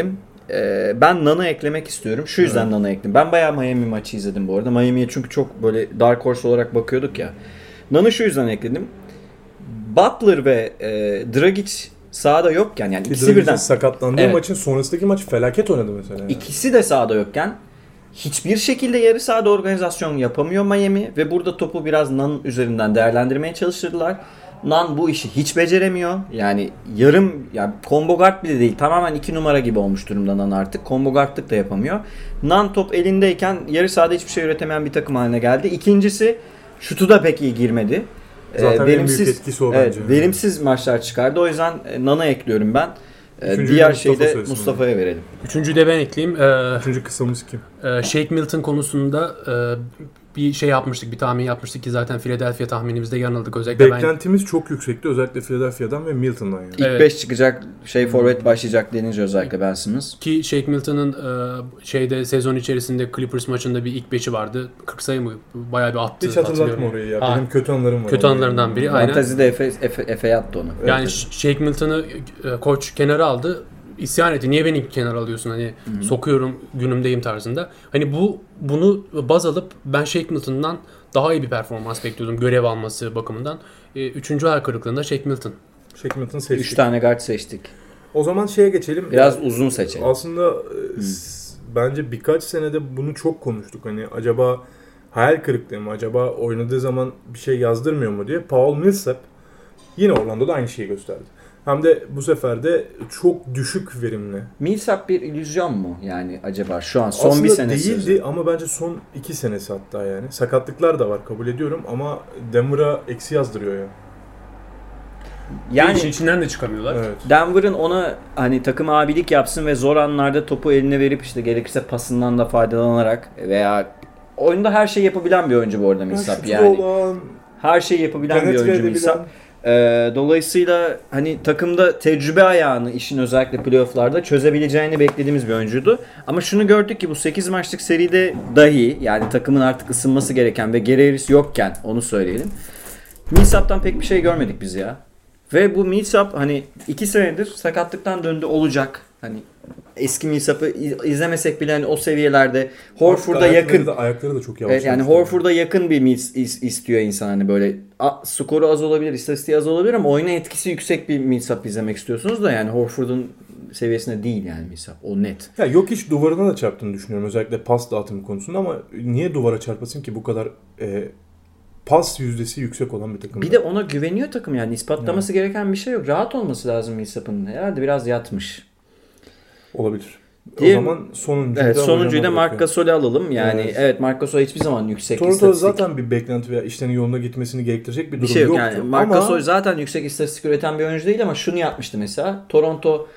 ben Nan'ı eklemek istiyorum. Şu yüzden Nan'ı ekledim. Ben bayağı Miami maçı izledim bu arada. Miami'ye çünkü çok böyle dark horse olarak bakıyorduk ya. Nan'ı şu yüzden ekledim. Butler ve Dragic sahada yokken yani ikisi birden sakatlandığı maçın sonrasındaki maç felaket oynadı mesela. Yani. İkisi de sahada yokken hiçbir şekilde yarı sahada organizasyon yapamıyor Miami ve burada topu biraz Nan üzerinden değerlendirmeye çalıştırdılar. Nan bu işi hiç beceremiyor. Yani yani combo guard bile değil. Tamamen 2 numara gibi olmuş durumda Nan artık. Combo guardlık da yapamıyor. Nan top elindeyken yarı sahada hiçbir şey üretemeyen bir takım haline geldi. İkincisi şutu da pek iyi girmedi. Zaten verimsiz, en büyük etkisi o bence. Verimsiz maçlar çıkardı. O yüzden Nan'a ekliyorum ben. Diğer şeyi de Mustafa'ya verelim. Üçüncüyü de ben ekleyeyim. Üçüncü kısamız kim? Shake Milton konusunda bir şey yapmıştık, bir tahmin yapmıştık ki zaten Philadelphia tahminimizde yanıldık. Özellikle beklentimiz çok yüksekti. Özellikle Philadelphia'dan ve Milton'dan yani. İlk 5 çıkacak, forvet başlayacak denince özellikle Ben Simmons. Ki Shake Milton'ın sezon içerisinde Clippers maçında bir ilk 5'i vardı. 40 sayı mı? Bayağı bir attı. Hiç hatırlatma orayı ya. Benim kötü anılarım var. Kötü anılarından biri. Aynen. Fantezide Efe'ye attı onu. Yani evet. Shake Milton'ı koç kenara aldı. İsyan etti. Niye beni kenara alıyorsun? Hani sokuyorum, günümdeyim tarzında. Hani bunu baz alıp ben Shake Milton'dan daha iyi bir performans bekliyordum görev alması bakımından. Üçüncü hayal kırıklığında Shake Milton. Shake Milton seçtik. 3 tane guard seçtik. O zaman şeye geçelim. Biraz uzun seçelim. Aslında bence birkaç senede bunu çok konuştuk. Hani acaba hayal kırıklığı mı? Acaba oynadığı zaman bir şey yazdırmıyor mu diye. Paul Millsap yine Orlando'da aynı şeyi gösterdi. Hem de bu sefer de çok düşük verimli. Millsap bir illüzyon mu yani acaba şu an son aslında bir senesi? Aslında değildi ama bence son 2 senesi hatta yani. Sakatlıklar da var kabul ediyorum ama Denver'a eksi yazdırıyor ya. Yani içinden de çıkamıyorlar. Evet. Denver'ın ona hani takım abilik yapsın ve zor anlarda topu eline verip işte gerekirse pasından da faydalanarak veya oyunda her şeyi yapabilen bir oyuncu bu arada Millsap yani. Her şeyi yapabilen bir oyuncu Millsap. Dolayısıyla hani takımda tecrübe ayağını işin özellikle playoff'larda çözebileceğini beklediğimiz bir oyuncuydu. Ama şunu gördük ki bu 8 maçlık seride dahi yani takımın artık ısınması gereken ve Gary Harris yokken onu söyleyelim. Millsap'tan pek bir şey görmedik biz ya. Ve bu Millsap hani 2 senedir sakatlıktan döndü olacak. Hani eski Millsap'ı izlemesek bile hani o seviyelerde Horford'a yakın. Ayakları da çok yavaş. Evet, yani Horford'a yakın bir istiyor insan hani böyle skoru az olabilir, istatistiği az olabilir ama oyuna etkisi yüksek bir Millsap izlemek istiyorsunuz da yani Horford'un seviyesinde değil yani Millsap. O net. Ya yok hiç duvarına da çarptığını düşünüyorum özellikle pas dağıtımı konusunda ama niye duvara çarpasın ki bu kadar pas yüzdesi yüksek olan bir takım. Bir de ona güveniyor takım yani ispatlaması gereken bir şey yok. Rahat olması lazım Millsap'ın. Herhalde biraz yatmış. Olabilir. O zaman sonuncuyu da Marc Gasol'ü alalım. Yani evet Marc Gasol hiçbir zaman yüksek Toronto zaten bir beklenti veya işlerin yoluna gitmesini gerektirecek bir durum şey yok. yoktu. Yani Marc Gasol zaten yüksek istatistik üreten bir oyuncu değil ama şunu yapmıştı mesela. Toronto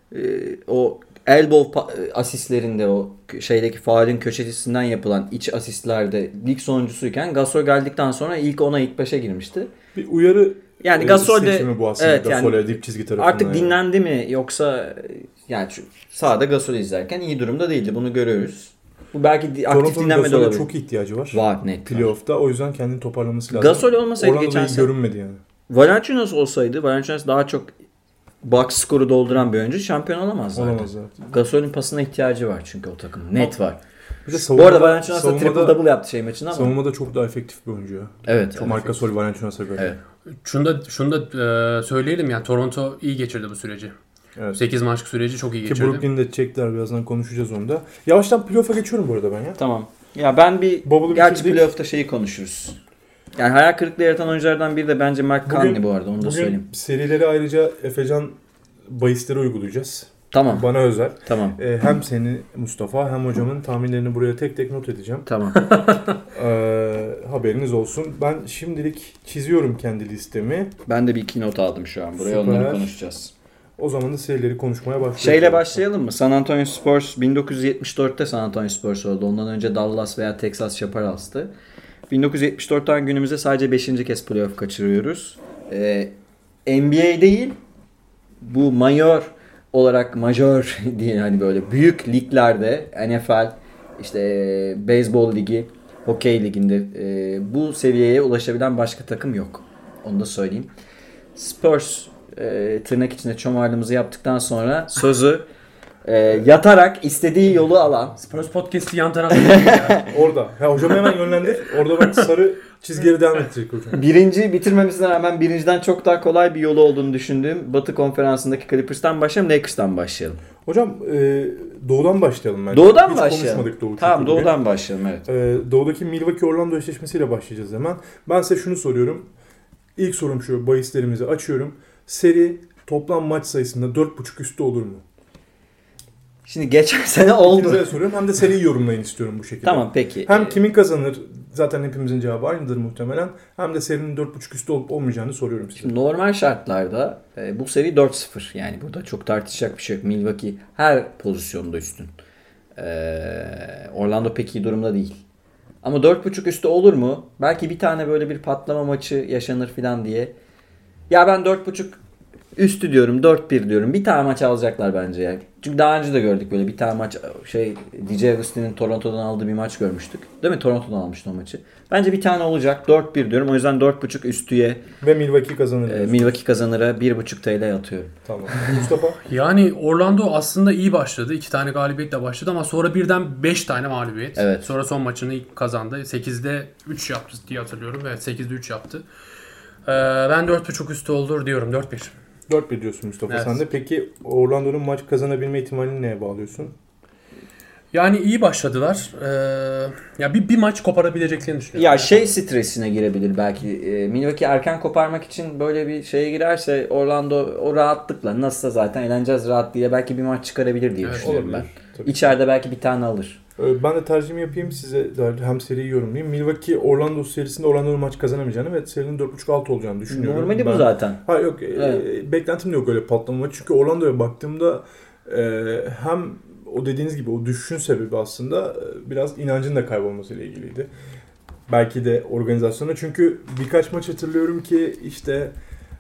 o elbow asistlerinde o şeydeki faulün köşesinden yapılan iç asistlerde lig sonuncusuyken Gasol geldikten sonra ilk 10'a ilk 5'e girmişti. Bir uyarı yani Gasol de bu aslında evet, Gasol'e yani, dip çizgi tarafından. Artık dinlendi mi yoksa yani sahada Gasol'ü izlerken iyi durumda değildi. Bunu görüyoruz. Bu belki aktif dinlenme de olabilir. Çok ihtiyacı var. Var net. Playoff'ta o yüzden kendini toparlaması lazım. Gasol olmasaydı geçen sene görünmedi yani. Valanciunas olsaydı Valanciunas daha çok box skoru dolduran bir oyuncu şampiyon olamaz zaten. Olamaz zaten. Gasol'ün pasına ihtiyacı var çünkü o takımın. Net var. Bu arada Valanciunas da triple double yaptı maçında ama. Savunmada çok daha efektif bir oyuncu ya. Evet. Çok Marc Gasol Valanciunas'a göre. Evet. Şunu da söyleyelim yani Toronto iyi geçirdi bu süreci. Evet. 8 maçlık süreci çok iyi geçirdi. Ki Brooklyn'i de çektiler birazdan konuşacağız onu da. Yavaştan playoff'a geçiyorum bu arada ben ya. Tamam. Ya ben gerçi playoff'ta şeyi konuşuruz. Yani hayal kırıklığı yaratan oyunculardan biri de bence Mark Conley bu arada onu da söyleyeyim. Bugün serileri ayrıca Efecan bahisleri uygulayacağız. Tamam. Bana özel. Tamam. Hem seni Mustafa hem hocamın tahminlerini buraya tek tek not edeceğim. Tamam. Haberiniz olsun. Ben şimdilik çiziyorum kendi listemi. Ben de bir iki not aldım şu an. Buraya onları konuşacağız. O zaman da serileri konuşmaya başlayalım. Şeyle başlayalım mı? San Antonio Spurs 1974'te San Antonio Spurs oldu. Ondan önce Dallas veya Texas Chaparrals'tı. 1974'ten günümüze sadece 5. kez playoff kaçırıyoruz. NBA değil, bu majör diye hani böyle büyük liglerde NFL, işte beyzbol ligi, hokey liginde bu seviyeye ulaşabilen başka takım yok. Onu da söyleyeyim. Spurs tırnak içinde çomarlığımızı yaptıktan sonra sözü yatarak istediği yolu alan. Spurs Podcast'i yan tarafta ya. Orada. Hocam hemen yönlendir. Orada bak sarı çizgileri devam edecek hocam. Birinci bitirmemesine rağmen birinciden çok daha kolay bir yolu olduğunu düşündüğüm Batı Konferansı'ndaki Clippers'tan başlayalım, Lakers'tan başlayalım. Hocam doğudan başlayalım bence. Doğudan Hiç başlayalım. konuşmadık Doğu. Tamam, doğudan başlayalım, evet. Doğudaki Milwaukee-Orlando eşleşmesiyle başlayacağız hemen. Ben size şunu soruyorum. İlk sorum şu, bahislerimizi açıyorum. Seri toplam maç sayısında 4.5 üstü olur mu? Şimdi geçen sene oldu. İkinize de soruyorum, hem de seriyi yorumlayın istiyorum bu şekilde. Tamam, peki. Hem kimin kazanır, zaten hepimizin cevabı aynıdır muhtemelen. Hem de serinin 4.5 üstü olup olmayacağını soruyorum size. Şimdi normal şartlarda bu seri 4-0. Yani burada çok tartışacak bir şey yok. Milwaukee her pozisyonda üstün. Orlando pek iyi durumda değil. Ama 4.5 üstü olur mu? Belki bir tane böyle bir patlama maçı yaşanır falan diye. Ya ben 4.5 üstü diyorum, 4-1 diyorum. Bir tane maç alacaklar bence ya. Çünkü daha önce de gördük böyle bir tane maç, DJ Augustin'in Toronto'dan aldığı bir maç görmüştük. Değil mi? Toronto'dan almıştı o maçı. Bence bir tane olacak. 4-1 diyorum. O yüzden 4.5 üstüye Ve Milwaukee kazanır. Milwaukee kazanır'a 1.5 TL atıyorum. Tamam. Mustafa? Yani Orlando aslında iyi başladı. 2 tane galibiyetle başladı ama sonra birden 5 tane mağlubiyet. Evet. Sonra son maçını kazandı. 8'de 3 yaptı diye hatırlıyorum. Evet, 8'de 3 yaptı. Ben 4.5 üstü olur diyorum. 4-1. 4-1 diyorsun Mustafa, Evet. sen de. Peki Orlando'nun maç kazanabilme ihtimalini neye bağlıyorsun? Yani iyi başladılar. Ya bir maç koparabileceklerini düşünüyorum. Ya stresine girebilir belki. Milwaukee erken koparmak için böyle bir şeye girerse Orlando o rahatlıkla nasılsa zaten eğleneceğiz rahat diye belki bir maç çıkarabilir diye Evet, düşünüyorum olabilir. ben. Tabii. İçeride belki bir tane alır. Ben de tercihimi yapayım, size de hem seriyi yorumlayayım. Milwaukee Orlando serisinde Orlando'nun maç kazanamayacağını ve serinin 4.5-6 olacağını düşünüyorum. Normali bu zaten. Hayır yok, Evet. beklentim de yok öyle patlama maçı. Çünkü Orlando'ya baktığımda hem o dediğiniz gibi o düşüşün sebebi aslında biraz inancın da kaybolmasıyla ilgiliydi. Belki de organizasyona. Çünkü birkaç maç hatırlıyorum ki işte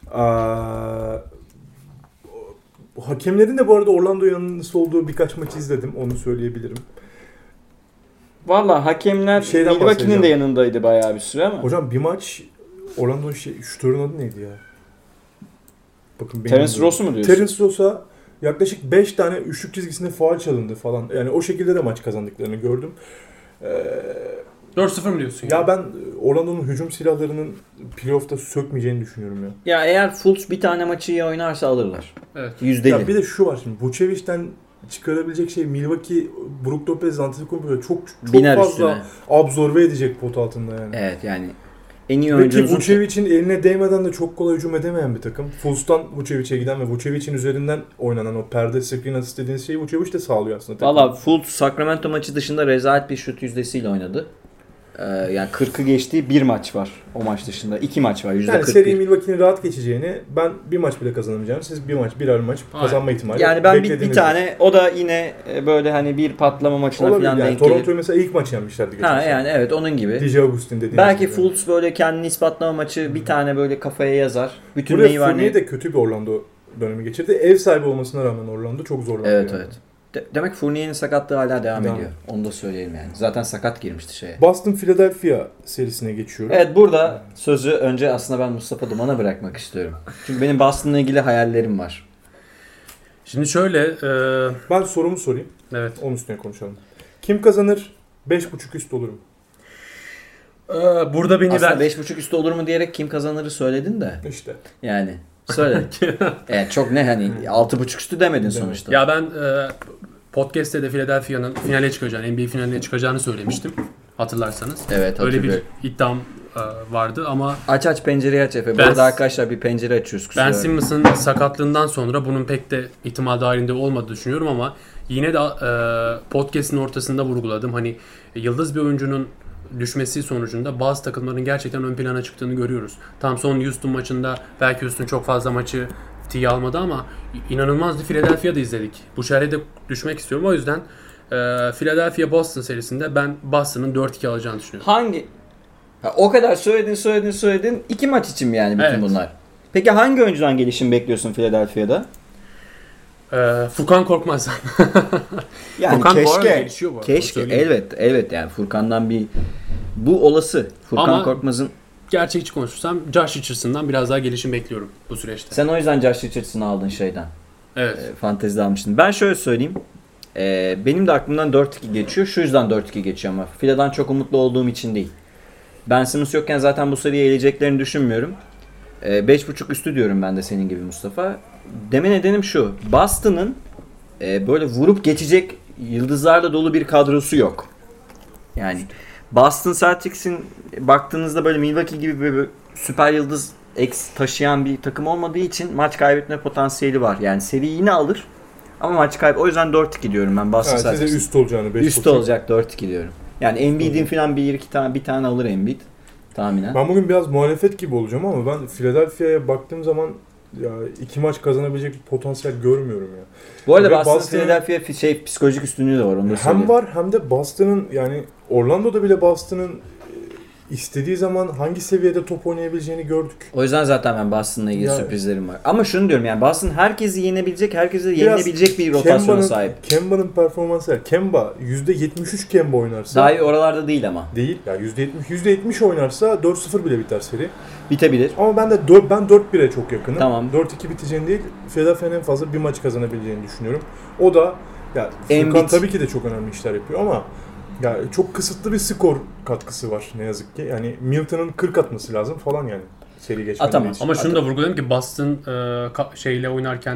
hakemlerin de bu arada Orlando yanlısı olduğu birkaç maç izledim. Onu söyleyebilirim. Valla hakemler Şeyden Milwaukee'nin bahsedeceğim. de yanındaydı bayağı bir süre ama. Hocam bir maç Orlando şutörün adı neydi ya? Bakın Terence adım- Ross'u mu diyorsun? Terence Ross'a yaklaşık 5 tane üçlük çizgisinde faul çalındı falan. Yani o şekilde de maç kazandıklarını gördüm. 4-0 mı diyorsun? Ya ben Orlando'nun hücum silahlarının playoff'ta sökmeyeceğini düşünüyorum ya. Ya eğer Fultz bir tane maçı iyi oynarsa alırlar. Evet. %50. Ya bir de şu var şimdi. Vucevic'ten çıkarabilecek şey Milwaukee, Brook Lopez, Antetokounmpo çok Biner fazla üstüne. absorbe edecek pot altında yani. Evet yani en iyi Peki oyuncunuzun... Vucevic'in eline değmeden de çok kolay hücum edemeyen bir takım. Fultz'tan Vucevic'e giden ve Vucevic'in üzerinden oynanan o perde screen assist dediğiniz şeyi Vucevic de sağlıyor aslında. Valla Fultz Sacramento maçı dışında rezalet bir şut yüzdesiyle oynadı. Yani 40'ı geçtiği bir maç var o maç dışında. 2 maç var %41. Yani seri Milwaukee'nin rahat geçeceğini, ben bir maç bile kazanamayacağım. Siz bir maç, birer maç kazanma ihtimali. Yani ben bir beklediğiniz tane o da yine böyle hani bir patlama maçına olabilir. falan Yani denk gelir. Toronto'yu mesela ilk maç yenmişlerdi geçen Ha sene. yani evet onun gibi. DJ Augustin dediğiniz Belki gibi. Fultz böyle kendini ispatlama maçı bir tane böyle kafaya yazar. Bütün Buraya neyi var Fournier ne? de kötü bir Orlando dönemi geçirdi. Ev sahibi olmasına rağmen Orlando çok zorlandı. Evet yani. evet. Demek Fournier'in sakatlığı hala devam Devam. ediyor. Onu da söyleyelim yani. Zaten sakat girmişti şeye. Boston Philadelphia serisine geçiyorum. Evet burada sözü önce aslında ben Mustafa Duman'a bırakmak istiyorum. Çünkü benim Boston'la ilgili hayallerim var. Şimdi şöyle. Ben sorumu sorayım. Evet. Onun üstüne konuşalım. Kim kazanır? 5.5 üst olur mu? Burada beni Aslında 5.5 üstü olur mu diyerek kim kazanırı söyledin de. İşte. Yani söyle. Evet çok ne hani 6.5 üstü demedin sonuçta. Ya ben podcast'te de Philadelphia'nın finale çıkacağını, NBA finaline çıkacağını söylemiştim. Hatırlarsanız. Evet Öyle bir hatırlıyorum. iddiam vardı ama Aç pencereyi aç Efe. Bu Ben- arada arkadaşlar bir pencere açıyoruz. kusura Ben bakmayın. Simmons'ın sakatlığından sonra bunun pek de ihtimal dahilinde olmadığını düşünüyorum ama yine de podcast'in ortasında vurguladım. Hani yıldız bir oyuncunun düşmesi sonucunda bazı takımların gerçekten ön plana çıktığını görüyoruz. Tam son Houston maçında belki Houston çok fazla maçı tiye almadı ama inanılmaz bir Philadelphia'da izledik. Bu şerhe de düşmek istiyorum. O yüzden Philadelphia-Boston serisinde ben Boston'ın 4-2 alacağını düşünüyorum. Hangi? Ha, o kadar söyledin. 2 maç için mi yani bütün Evet. bunlar? Peki hangi oyuncudan gelişim bekliyorsun Philadelphia'da? Furkan Korkmaz'dan. Yani Furkan bu arada keşke. gelişiyor bu arada, Keşke. onu söyleyeyim. Evet yani Furkan'dan bir bu olası. Furkan Ama- Korkmaz'ın Gerçekçi konuşursam Josh Richardson'dan biraz daha gelişim bekliyorum bu süreçte. sen o yüzden Josh Richardson'ı aldın şeyden. Evet. Fantezide almıştın. Ben şöyle söyleyeyim. Benim de aklımdan 4-2 geçiyor. Şu yüzden 4-2 geçiyor ama Philadan çok umutlu olduğum için değil. Ben Simmons yokken zaten bu seriyi eleyeceklerini düşünmüyorum. 5.5 üstü diyorum ben de senin gibi Mustafa. Deme nedenim şu. Boston'ın böyle vurup geçecek yıldızlarla dolu bir kadrosu yok. Yani Boston Celtics'in baktığınızda böyle Milwaukee gibi böyle süper yıldız taşıyan bir takım olmadığı için maç kaybetme potansiyeli var. Yani seri yine alır ama maç kaybı. O yüzden 4-2 diyorum ben Boston Celtics'in. Size üst olacağını 5.5. Üst olacak 4-2 diyorum. Yani Embiid'in falan bir tane alır Embiid tahminen. Ben bugün biraz muhalefet gibi olacağım ama ben Philadelphia'ya baktığım zaman ya 2 maç kazanabilecek bir potansiyel görmüyorum ya. Bu arada Boston Philadelphia psikolojik üstünlüğü de var, onu da söyleyeyim. Hem var hem de Boston'ın, yani Orlando'da bile Boston'ın istediği zaman hangi seviyede top oynayabileceğini gördük. O yüzden zaten ben Boston'la ilgili sürprizlerim var. Ama şunu diyorum, yani Boston herkesi yenebilecek, herkesi de yenilebilecek bir rotasyona sahip. Kemba'nın performansı. Kemba %73 Kemba oynarsa. Daha iyi oralarda değil ama. Değil. Ya %70 oynarsa 4-0 bile biter seri. Bitebilir. Ama ben 4-1'e çok yakınım. Tamam. 4-2 biteceğini değil, Philadelphia'nın en fazla bir maç kazanabileceğini düşünüyorum. O da ya Furkan tabii ki de çok önemli işler yapıyor ama ya çok kısıtlı bir skor katkısı var ne yazık ki. Yani Milton'ın 40 atması lazım falan yani seri geçmeden için. Ama şunu da vurgulayayım ki Boston şeyle oynarken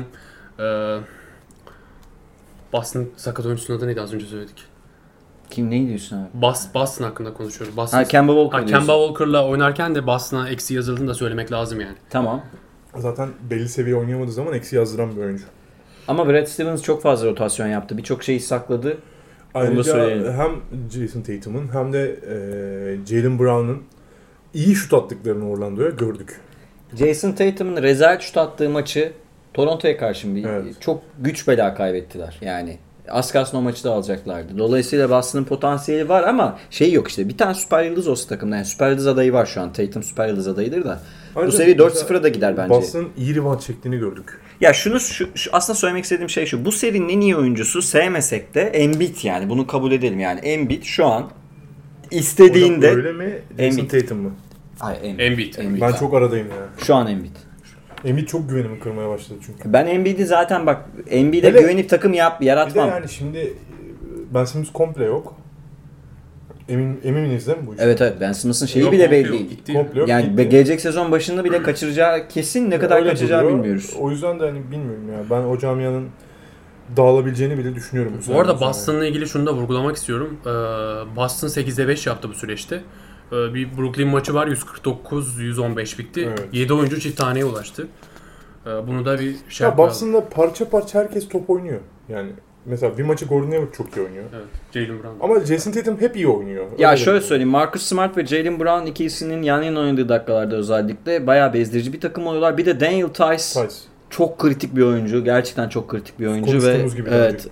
Boston sakat oyuncusunun adı neydi, az önce söyledik. Kim, ne diyorsun abi? Boston hakkında konuşuyoruz. Kemba Walker Kemba Walker'la oynarken de Boston'a eksi yazıldığını da söylemek lazım yani. Tamam. Zaten belli seviye oynayamadığı zaman eksi yazdıran bir oyuncu. Ama Brad Stevens çok fazla rotasyon yaptı. Birçok şeyi sakladı. Ayrıca hem Jason Tatum'un hem de Jaylen Brown'un iyi şut attıklarını Orlando'ya gördük. Jason Tatum'un rezalet şut attığı maçı Toronto'ya karşı evet, çok güç bela kaybettiler. Yani az kalsın o maçı da alacaklardı. Dolayısıyla Boston'ın potansiyeli var ama şey yok işte. Bir tane süper yıldız olsa takımda. Yani süper yıldız adayı var şu an. Tatum süper yıldız adayıdır da. Ayrıca bu seri 4-0'a da gider bence. Boston'ın iyi rebound çektiğini gördük. Ya şunu aslında söylemek istediğim şey şu. Bu serinin en iyi oyuncusu, sevmesek de Embiid, yani bunu kabul edelim. Yani Embiid şu an istediğinde... Hocam öyle mi? Jason Tatum mu? Hayır, Embiid. Ben çok aradayım ya. Şu an Embiid. Embiid çok güvenimi kırmaya başladı çünkü. Ben Embiid'i zaten bak, Embiid'e güvenip takım yaratmam. Bir de yani şimdi Ben Simmons komple yok. Eminiz değil mi bu işe? Evet Ben Simmons'ın şeyi bile belli değil. Komple yok, yani gitti. Gelecek sezon başında bile kaçıracağı kesin, ne kadar kaçıracağı bilmiyoruz. O yüzden de hani bilmiyorum ya. Ben o camianın dağılabileceğini bile düşünüyorum. Bu arada Boston'la ilgili şunu da vurgulamak istiyorum. Boston 8'de 5 yaptı bu süreçte. Bir Brooklyn maçı var, 149-115 bitti. Evet. 7 oyuncu çift taneye ulaştı. Bunu da bir şey yapalım. Boston'da parça parça herkes top oynuyor. Yani mesela bir maçı Gordon Hayward çok iyi oynuyor. Evet, Jaylen Brown. Ama Jason Tatum hep iyi oynuyor. Ya öyle şöyle söyleyeyim, Marcus Smart ve Jaylen Brown ikisinin yan yana oynadığı dakikalarda özellikle bayağı bezdirici bir takım oluyorlar. Bir de Daniel Tice. Çok kritik bir oyuncu. Gerçekten çok kritik bir oyuncu ve evet,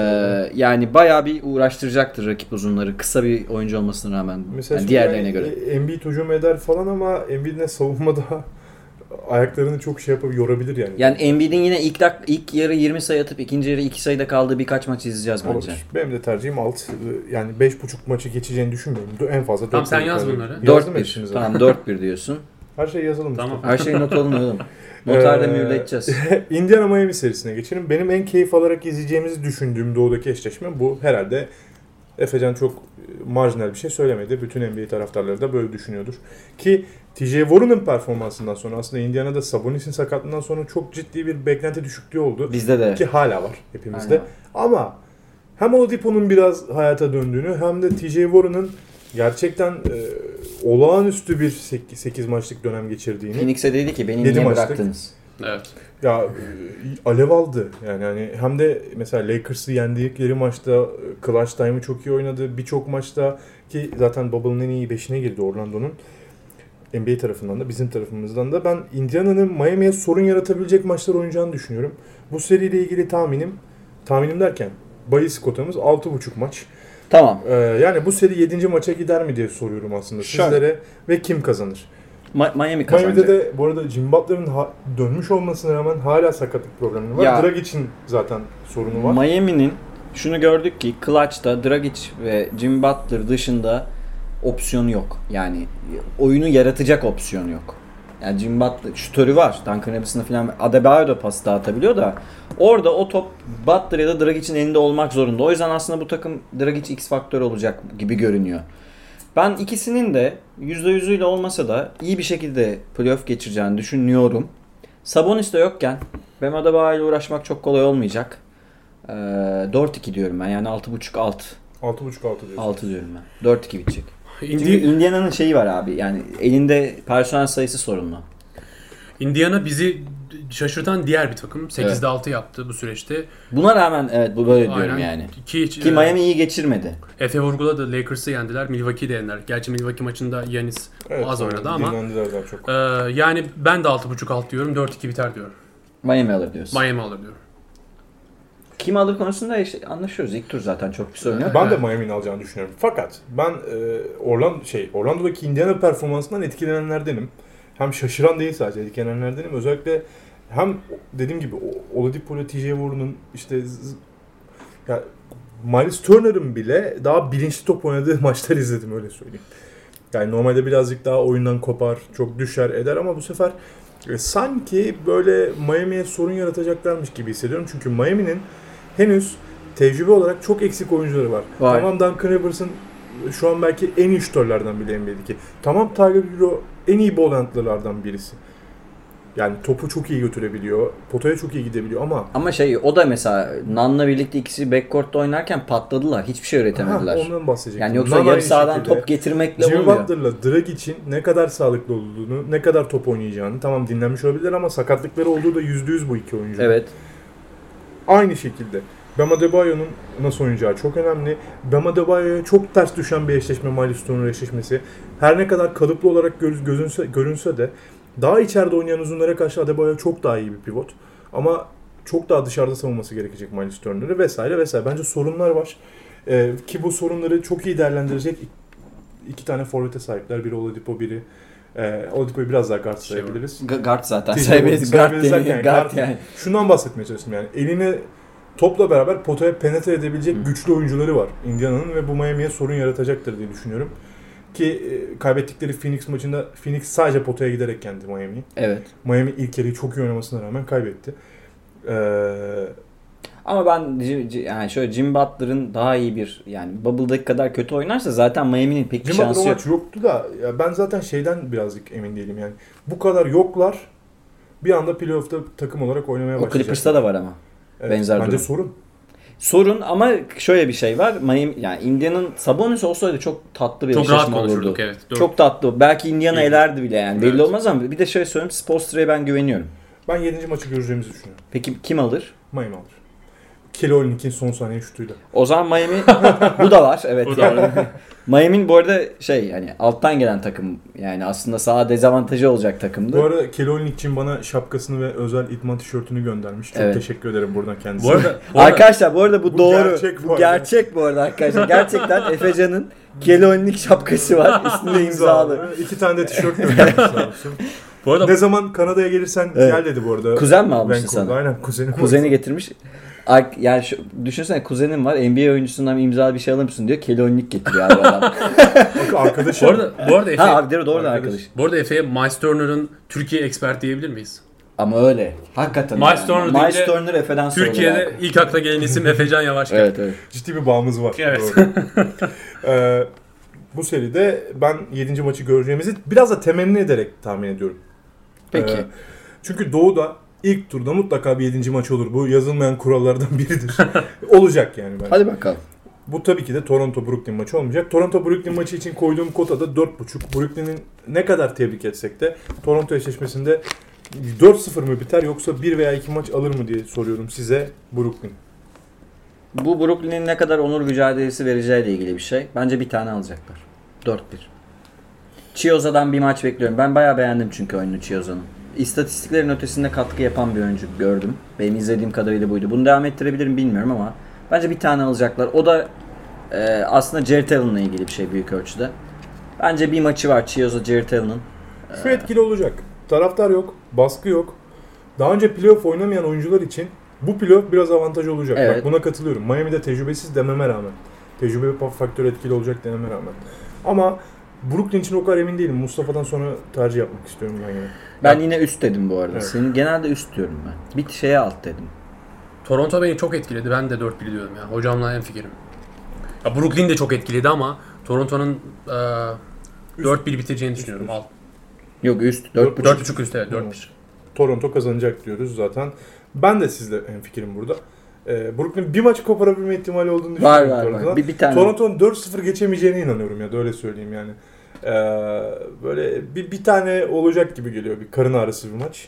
yani bayağı bir uğraştıracaktır rakip uzunları. Kısa bir oyuncu olmasına rağmen yani diğerlerine göre. Embiid hücum eder falan ama Embiid'in savunmada ayaklarını çok şey yapıp yorabilir yani. Yani Embiid'in yine ilk yarı 20 sayı atıp ikinci yarı 2 sayıda kaldığı birkaç maç izleyeceğiz bence. Olur. Benim de tercihim alt. Yani 5.5 maçı geçeceğini düşünmüyorum. En fazla 4. Tamam, sen yaz bunları. 4-1. Tamam 4-1 diyorsun. Her şey yazalım. Tamam. Her şeyi not alın. Notarda mühürleteceğiz. Indiana Miami serisine geçelim. Benim en keyif alarak izleyeceğimizi düşündüğüm doğudaki eşleşme bu. Herhalde Efecan çok marjinal bir şey söylemedi. Bütün NBA taraftarları da böyle düşünüyordur. Ki TJ Warren'ın performansından sonra aslında Indiana'da Sabonis'in sakatlığından sonra çok ciddi bir beklenti düşüklüğü oldu. Bizde de. Ki hala var hepimizde. Aynen. Ama hem Oladipo'nun biraz hayata döndüğünü hem de TJ Warren'ın gerçekten olağanüstü bir 8 maçlık dönem geçirdiğini. Phoenix'e dedi ki beni niye bıraktınız? Evet. Ya alev aldı. Yani hani hem de mesela Lakers'ı yendikleri maçta clutch time'ı çok iyi oynadı. Birçok maçta ki zaten Bubble'ın en iyi 5'ine girdi Orlando'nun. NBA tarafından da bizim tarafımızdan da ben Indiana'nın Miami'ye sorun yaratabilecek maçlar oynayacağını düşünüyorum. Bu seriyle ilgili tahminim derken bahis kotamız 6.5 maç. Tamam. Yani bu seri 7. maça gider mi diye soruyorum aslında sizlere ve kim kazanır? Miami kazanacak. Miami'de de bu arada Jim Butler'ın dönmüş olmasına rağmen hala sakatlık problemi var. Dragic'in zaten sorunu var. Miami'nin şunu gördük ki Clutch'ta Dragic ve Jim Butler dışında opsiyonu yok. Yani oyunu yaratacak opsiyon yok. Yani Jimmy Butler şutörü var. Duncan Robinson'a falan Adebayo da pas dağıtabiliyor da orada o top Butler ya da Dragic'in elinde olmak zorunda. O yüzden aslında bu takım Dragic X faktör olacak gibi görünüyor. Ben ikisinin de %100'üyle olmasa da iyi bir şekilde playoff geçireceğini düşünüyorum. Sabonis de yokken Bam Adebayo ile uğraşmak çok kolay olmayacak. 4-2 diyorum ben. Yani 6.5 alt. 6.5 diyorsun. 6 diyorum ben. 4-2 bitecek. Çünkü Indiana'nın şeyi var abi. Yani elinde personel sayısı sorunlu. Indiana bizi şaşırtan diğer bir takım. 8'de 6 yaptı bu süreçte. Buna rağmen evet bu böyle diyorum Aynen. yani. Ki Miami iyi geçirmedi. Efe vurguladı. Lakers'ı yendiler. Milwaukee'yi de yendiler. Gerçi Milwaukee maçında Giannis az oynadı ama. Dinlendiler çok. Yani ben de 6.5 alt diyorum. 4-2 biter diyorum. Miami alır diyorsun. Miami alır diyorum. Kim alır konusunda işte anlaşıyoruz. İlk tur zaten çok bir sorun yok. Ben de Miami'nin alacağını düşünüyorum. Fakat ben Orlando'daki Indiana performansından etkilenenlerdenim. Hem şaşıran değil sadece etkilenenlerdenim. Özellikle hem dediğim gibi Oladipo ile TJ Warren'ın işte ya Miles Turner'ın bile daha bilinçli top oynadığı maçlar izledim öyle söyleyeyim. Yani normalde birazcık daha oyundan kopar, çok düşer eder ama bu sefer sanki böyle Miami'ye sorun yaratacaklarmış gibi hissediyorum. Çünkü Miami'nin henüz tecrübe olarak çok eksik oyuncuları var. Tamam Duncan Robertson şu an belki en iyi şutörlerden bile NBA'deki. Tamam Tyler Hero en iyi ball handler'lardan birisi. Yani topu çok iyi götürebiliyor, potaya çok iyi gidebiliyor ama o da mesela Nun'la birlikte ikisi backcourt'ta oynarken patladılar. Hiçbir şey üretemediler. Ondan bahsedecektim. Yani yoksa yarı sahadan top getirmekle Jimmy olmuyor. Butler'la Dragic'in ne kadar sağlıklı olduğunu, ne kadar top oynayacağını tamam dinlenmiş olabilirler ama sakatlıkları olduğu da %100 bu iki oyuncu. Evet. Aynı şekilde Bam Adebayo'nun nasıl oynayacağı çok önemli. Bam Adebayo'ya çok ters düşen bir eşleşme Miles Turner eşleşmesi. Her ne kadar kalıplı olarak görünse de daha içeride oynayan uzunlara karşı Adebayo çok daha iyi bir pivot. Ama çok daha dışarıda savunması gerekecek Miles Turner'ı vesaire vesaire. Bence sorunlar var. Ki bu sorunları çok iyi değerlendirecek iki tane forvete sahipler. Biri Oladipo, biri Oladipo'yu biraz daha guard sayabiliriz. Guard zaten. Sayabiliriz guard yani. Şundan bahsetmeye çalıştım yani. Elini topla beraber potaya penetre edebilecek güçlü oyuncuları var Indiana'nın ve bu Miami'ye sorun yaratacaktır diye düşünüyorum. Ki kaybettikleri Phoenix maçında Phoenix sadece potaya giderek yendi Miami'yi. Evet. Miami ilk yarıyı çok iyi oynamasına rağmen kaybetti. Ama ben yani şöyle Jimmy Butler'ın daha iyi bir yani Bubble'daki kadar kötü oynarsa zaten Miami'nin pek bir şansı yok. Jimmy yoktu da ya ben zaten şeyden birazcık emin değilim yani. Bu kadar yoklar bir anda playoff'ta takım olarak oynamaya başlayacak. O Clippers'ta da var ama. Evet, benzer bence durum. Sorun ama şöyle bir şey var. Miami yani Indiana'nın Sabonis olsaydı çok tatlı bir eşleşme olurdu. Evet, çok tatlı. Belki Indiana elerdi bile yani. Belli olmaz ama bir de şöyle söyleyeyim. Spoelstra'ya ben güveniyorum. Ben 7. maçı göreceğimizi düşünüyorum. Peki kim alır? Miami alır. Kelly Olynyk'in son saniye şutuyla. O zaman Miami bu da var. Evet yani. Miami'nin bu arada yani alttan gelen takım yani aslında saha dezavantajı olacak takımdı. Bu arada Kelly Olynyk için bana şapkasını ve özel idman tişörtünü göndermiş. Çok teşekkür ederim buradan kendisine. Arkadaşlar bu arada bu doğru. Gerçek bu gerçek bu arada arkadaşlar. Gerçekten Efecan'ın Kelly Olynyk şapkası var. Üstünde imzalı. 2 tane de tişört göndermiş sağ olsun. Bu arada ne zaman Kanada'ya gelirsen gel dedi bu arada. Kuzen mi almıştı sana? Aynen Kuzeni getirmiş. Yani düşünsene kuzenim var NBA oyuncusundan imzalı bir şey alır mısın diyor. Kelly Olynyk getiriyor abi adam. Arkadaşım. Bu arada Efe. Abi doğru arkadaş. Bu arada Efe'ye Miles Turner'ın Türkiye expert diyebilir miyiz? Ama öyle. Hakikaten. Miles Turner Efe'den sonra. Türkiye'de ilk akla gelen isim Efecan Yavaşkan. Evet. Ciddi bir bağımız var. Evet. Bu seride ben 7. maçı göreceğimizi biraz da temenni ederek tahmin ediyorum. Peki. Çünkü Doğu'da ilk turda mutlaka bir 7. maç olur. Bu yazılmayan kurallardan biridir. Olacak yani bence. Hadi bakalım. Bu tabii ki de Toronto-Brooklyn maçı olmayacak. Toronto-Brooklyn maçı için koyduğum kotada 4.5. Brooklyn'in ne kadar tebrik etsek de Toronto eşleşmesinde 4-0 mı biter yoksa 1 veya 2 maç alır mı diye soruyorum size Brooklyn. Bu Brooklyn'in ne kadar onur mücadelesi vereceğiyle ilgili bir şey. Bence bir tane alacaklar. 4-1. Chioza'dan bir maç bekliyorum. Ben bayağı beğendim çünkü oyunu Chioza'nın. İstatistiklerin ötesinde katkı yapan bir oyuncu gördüm. Benim izlediğim kadarıyla buydu. Bunu devam ettirebilirim bilmiyorum ama bence bir tane alacaklar. O da aslında Jarrett Allen'la ilgili bir şey büyük ölçüde. Bence bir maçı var Chioza Jarrett Allen'ın. Şu etkili olacak. Taraftar yok, baskı yok. Daha önce playoff oynamayan oyuncular için bu playoff biraz avantaj olacak. Evet. Bak buna katılıyorum. Miami'de tecrübesiz dememe rağmen. Tecrübe faktörü etkili olacak dememe rağmen. Ama Brooklyn için o kadar emin değilim. Mustafa'dan sonra tercih yapmak istiyorum ben yine. Ben yine üst dedim bu arada. Evet. Senin genelde üst diyorum ben. Bir şeye alt dedim. Toronto beni çok etkiledi. Ben de 4-1 diyorum ya. Hocamla en fikrim. Ya Brooklyn de çok etkiledi ama Toronto'nun 4-1 bitireceğini düşünüyorum. Al. Yok üst. 4.5 üst evet 4-1. Toronto kazanacak diyoruz zaten. Ben de sizle hemfikirim burada. Brooklyn bir maç koparabilme ihtimali olduğunu düşünüyorum. Var. Bir tane. Toronto'nun 4-0 geçemeyeceğine inanıyorum ya da öyle söyleyeyim yani. Böyle bir tane olacak gibi geliyor. Bir karın ağrısı bir maç.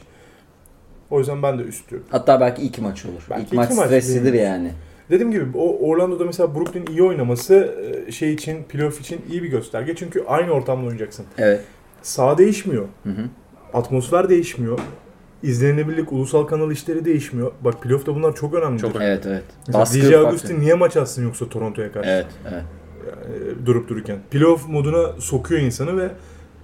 O yüzden ben de üst diyorum. Hatta belki 2 maç olur. Belki İlk maç streslidir yani. Dediğim gibi o Orlando'da mesela Brooklyn iyi oynaması şey için, playoff için iyi bir gösterge. Çünkü aynı ortamda oynayacaksın. Evet. Saha değişmiyor. Hı. Atmosfer değişmiyor. İzlenebilirlik, ulusal kanal işleri değişmiyor. Bak playoff'ta bunlar çok önemli. Çok Evet. DJ Augustin niye maç atsın yoksa Toronto'ya karşı? Evet. Yani, durup dururken. Playoff moduna sokuyor insanı ve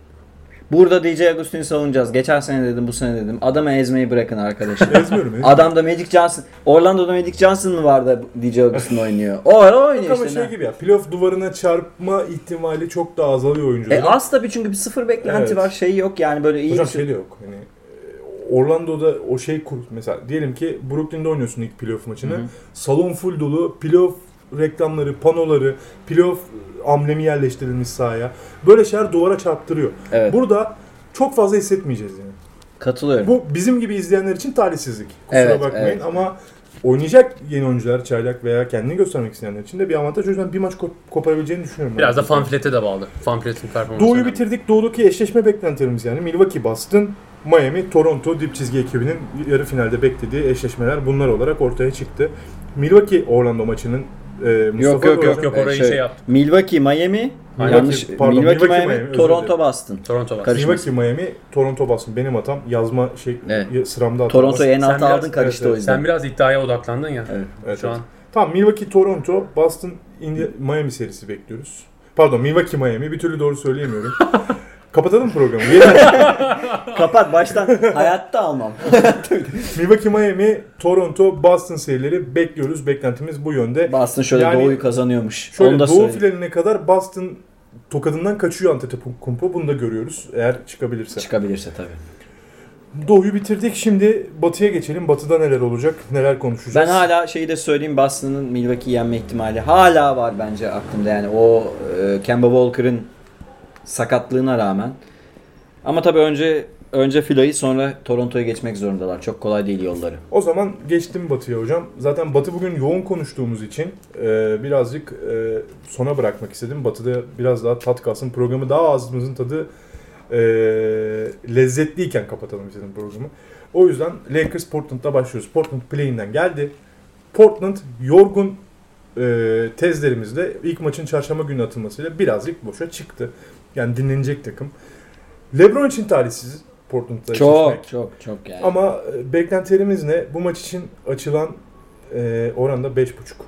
burada DJ Augustin'i savunacağız. Geçen sene dedim, bu sene dedim. Adamı ezmeyi bırakın arkadaşlar. ezmiyorum. Adamda Magic Johnson, Orlando'da Magic Johnson mı var da DJ Augustin oynuyor? O oynuyor ama işte. şey gibi ya, playoff duvarına çarpma ihtimali çok daha azalıyor oyuncuların. Az tabii çünkü bir sıfır beklenti var, şey yok yani böyle iyi. Hocam şey de yok. Hani Orlando'da o şey mesela diyelim ki Brooklyn'de oynuyorsun ilk playoff maçını. Hı-hı. Salon full dolu, playoff reklamları, panoları, playoff amblemi yerleştirilmiş sahaya. Böyle şeyler duvara çarptırıyor. Evet. Burada çok fazla hissetmeyeceğiz yani. Katılıyorum. Bu bizim gibi izleyenler için talihsizlik. Kusura bakmayın ama oynayacak yeni oyuncular, çaylak veya kendini göstermek isteyenler için de bir avantaj. O yüzden bir maç koparabileceğini düşünüyorum. Biraz da Fanflet'e de bağlı. Fanflet'in performansı. Doğu'yu bitirdik. Doğu'daki eşleşme beklentilerimiz yani Milwaukee, Boston, Miami, Toronto dip çizgi ekibinin yarı finalde beklediği eşleşmeler bunlar olarak ortaya çıktı. Milwaukee Orlando maçının Mustafa Yok orayı şey yaptım. Milwaukee, Miami, Milwaukee, Miami, Toronto, Boston. Milwaukee, Miami, Toronto, Boston. Benim hatam yazma sıramda hatam. Toronto'yu en alta aldın karıştı o yüzden. Sen biraz iddiaya odaklandın ya. Evet. Şu an. Tamam Milwaukee, Toronto, Boston, Miami serisi bekliyoruz. Pardon Milwaukee, Miami bir türlü doğru söyleyemiyorum. Kapatalım programı. Kapat baştan. Hayatta almam. Milwaukee, Miami, Toronto, Boston serileri bekliyoruz. Beklentimiz bu yönde. Boston şöyle yani, Doğu'yu kazanıyormuş. Şöyle Doğu finaline kadar Boston tokadından kaçıyor Antetokounmpo. Bunu da görüyoruz. Eğer çıkabilirse. Çıkabilirse tabii. Doğu'yu bitirdik. Şimdi Batı'ya geçelim. Batı'da neler olacak? Neler konuşacağız? Ben hala şeyi de söyleyeyim. Boston'ın Milwaukee'yi yenme ihtimali hala var bence aklımda. Yani o Kemba Walker'ın sakatlığına rağmen. Ama tabii önce Philo'yu sonra Toronto'ya geçmek zorundalar. Çok kolay değil yolları. O zaman geçtim Batı'ya hocam. Zaten Batı bugün yoğun konuştuğumuz için birazcık sona bırakmak istedim. Batı'da biraz daha tat kalsın. Programı daha ağzımızın tadı lezzetliyken kapatalım istedim programı. O yüzden Lakers Portland'da başlıyoruz. Portland play-in'den geldi. Portland yorgun tezlerimizle ilk maçın çarşamba günü atılmasıyla birazcık boşa çıktı. Yani dinlenecek takım. LeBron için talihsiz Portland'da eşleşmek. Çok yani. Ama beklentilerimiz ne? Bu maç için açılan oranda 5.5.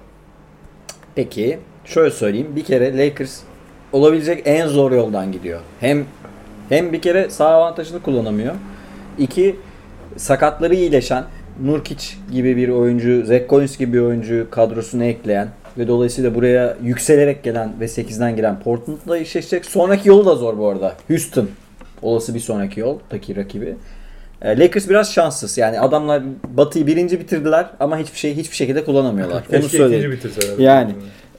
Peki şöyle söyleyeyim. Bir kere Lakers olabilecek en zor yoldan gidiyor. Hem bir kere sağ avantajını kullanamıyor. 2 sakatları iyileşen Nurkic gibi bir oyuncu, Zach Collins gibi bir oyuncu kadrosuna ekleyen ve dolayısıyla buraya yükselerek gelen ve 8'den giren Portland'la eşleşecek. Sonraki yolu da zor bu arada. Houston olası bir sonraki yoldaki rakibi. Lakers biraz şanssız. Yani adamlar Batı'yı birinci bitirdiler ama hiçbir şekilde kullanamıyorlar. Onu söyleyeyim. İkinci bitirseler. Yani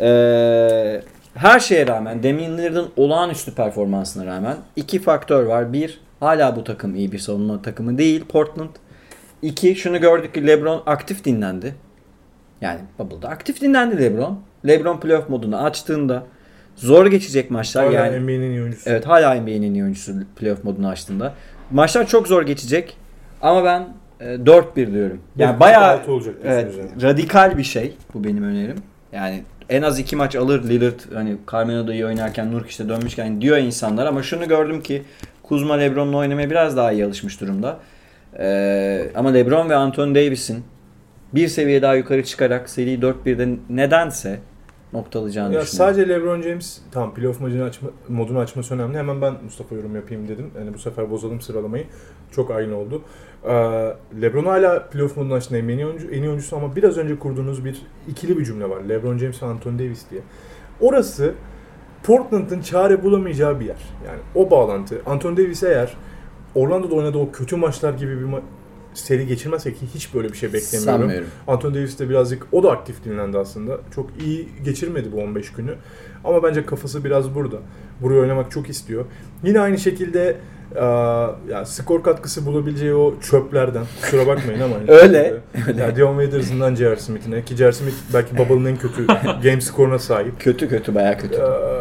her şeye rağmen Damian Lillard'ın olağanüstü performansına rağmen 2 faktör var. 1, hala bu takım iyi bir savunma takımı değil Portland. 2, şunu gördük ki LeBron aktif dinlendi. Yani Bubble'da aktif dinlendi LeBron. LeBron playoff modunu açtığında zor geçecek maçlar. Hala yani NBA'nin iyi oyuncusu. Evet, hala NBA'nin en iyi oyuncusu playoff modunu açtığında. Maçlar çok zor geçecek ama ben 4-1 diyorum. Yani bayağı radikal bir şey bu benim önerim. Yani en az 2 maç alır Lillard, hani Carmelo'da iyi oynarken, Nurkic'te dönmüşken diyor insanlar ama şunu gördüm ki Kuzma LeBron'la oynamaya biraz daha iyi alışmış durumda. Ama LeBron ve Anthony Davis'in bir seviye daha yukarı çıkarak seri 4-1'de nedense noktalayacağını düşünüyorum. Sadece LeBron James tam playoff modunu açması önemli. Hemen ben Mustafa yorum yapayım dedim. Yani bu sefer bozalım sıralamayı. Çok aynı oldu. LeBron hala playoff modunu açtığında en iyi oyuncusu ama biraz önce kurduğunuz ikili bir cümle var. LeBron James ve Anthony Davis diye. Orası Portland'ın çare bulamayacağı bir yer. Yani o bağlantı. Anthony Davis eğer Orlando'da oynadığı o kötü maçlar gibi bir seri geçirmezse ki hiç böyle bir şey beklemiyorum. Sanmıyorum. Anthony Davis de birazcık o da aktif dinlendi aslında. Çok iyi geçirmedi bu 15 günü. Ama bence kafası biraz burada. Buraya oynamak çok istiyor. Yine aynı şekilde ya skor katkısı bulabileceği o çöplerden. Kusura bakmayın ama. Öyle. Yani Dion Waiters'ından J.R. Smith'ine ki J.R. Smith belki Bubble'ın en kötü game skoruna sahip. Kötü bayağı kötü.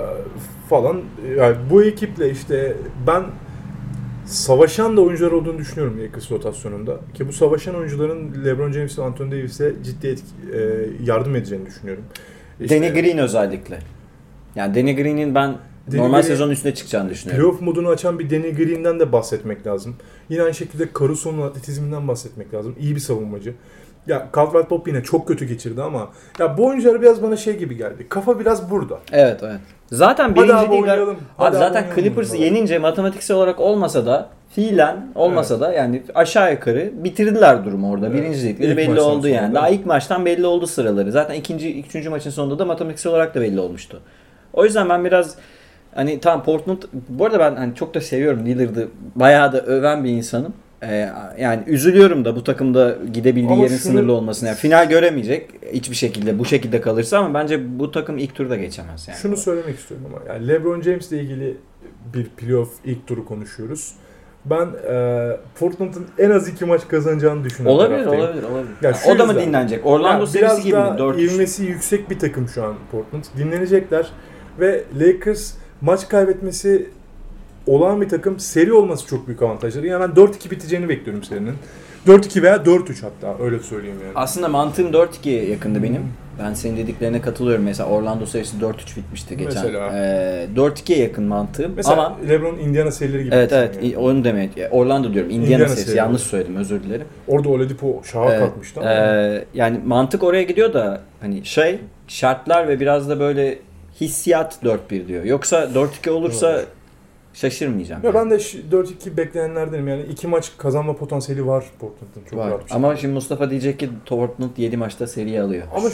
Falan. Yani bu ekiple işte ben savaşan da oyuncular olduğunu düşünüyorum Lakers rotasyonunda. Ki bu savaşan oyuncuların LeBron James ve Anthony Davis'e ciddi yardım edeceğini düşünüyorum. İşte, Danny Green özellikle. Yani Danny Green'in ben normal sezon üstüne çıkacağını düşünüyorum. Playoff modunu açan bir Danny Green'den de bahsetmek lazım. Yine aynı şekilde Caruso'nun atletizminden bahsetmek lazım. İyi bir savunmacı. Ya Caldwell Pope yine çok kötü geçirdi ama ya bu oyuncular biraz bana şey gibi geldi. Kafa biraz burada. Evet. Zaten birinci değil. Abi zaten Clippers'ı bunları. yenince matematiksel olarak olmasa da fiilen olmasa da yani aşağı yukarı bitirdiler durumu orada. Evet. Birincilikleri İlk belli oldu yani. sonunda. Daha ilk maçtan belli oldu sıraları. Zaten üçüncü maçın sonunda da matematiksel olarak da belli olmuştu. O yüzden ben biraz hani tamam Portland, bu arada ben hani çok da seviyorum Lillard'ı. Bayağı da öven bir insanım. Yani üzülüyorum da bu takımda gidebildiği yerin sınırlı olmasına. Yani final göremeyecek hiçbir şekilde bu şekilde kalırsa ama bence bu takım ilk turda geçemez yani. Şunu söylemek istiyorum ama yani LeBron James'le ilgili bir playoff ilk turu konuşuyoruz. Ben Portland'ın en az 2 maç kazanacağını düşünüyorum. Olabilir. Ya o da mı dinlenecek? Orlando serisi gibi mi? 4-3. İvmesi yüksek bir takım şu an Portland. Dinlenecekler ve Lakers maç kaybetmesi olan bir takım, seri olması çok büyük avantajları. Yani ben 4-2 biteceğini bekliyorum serinin. 4-2 veya 4-3 hatta öyle söyleyeyim yani. Aslında mantığım 4-2'ye yakındı benim. Ben senin dediklerine katılıyorum. Mesela Orlando serisi 4-3 bitmişti geçen. Mesela. 4-2'ye yakın mantığım. Mesela ama LeBron Indiana serileri gibi. Evet yani. onu demek. Orlando diyorum. Indiana serisi. serisi. Yanlış söyledim. Özür dilerim. Orada Oladipo şaha kalkmıştı ama. Yani mantık oraya gidiyor da hani şartlar ve biraz da böyle hissiyat 4-1 diyor. Yoksa 4-2 olursa şaşırmayacağım. Ya ben de 4-2 bekleyenlerdenim. Yani 2 maç kazanma potansiyeli var Portland'ın. Çok var. rahat bir şey. Ama şimdi Mustafa diyecek ki Portland 7 maçta seriyi alıyor. Ama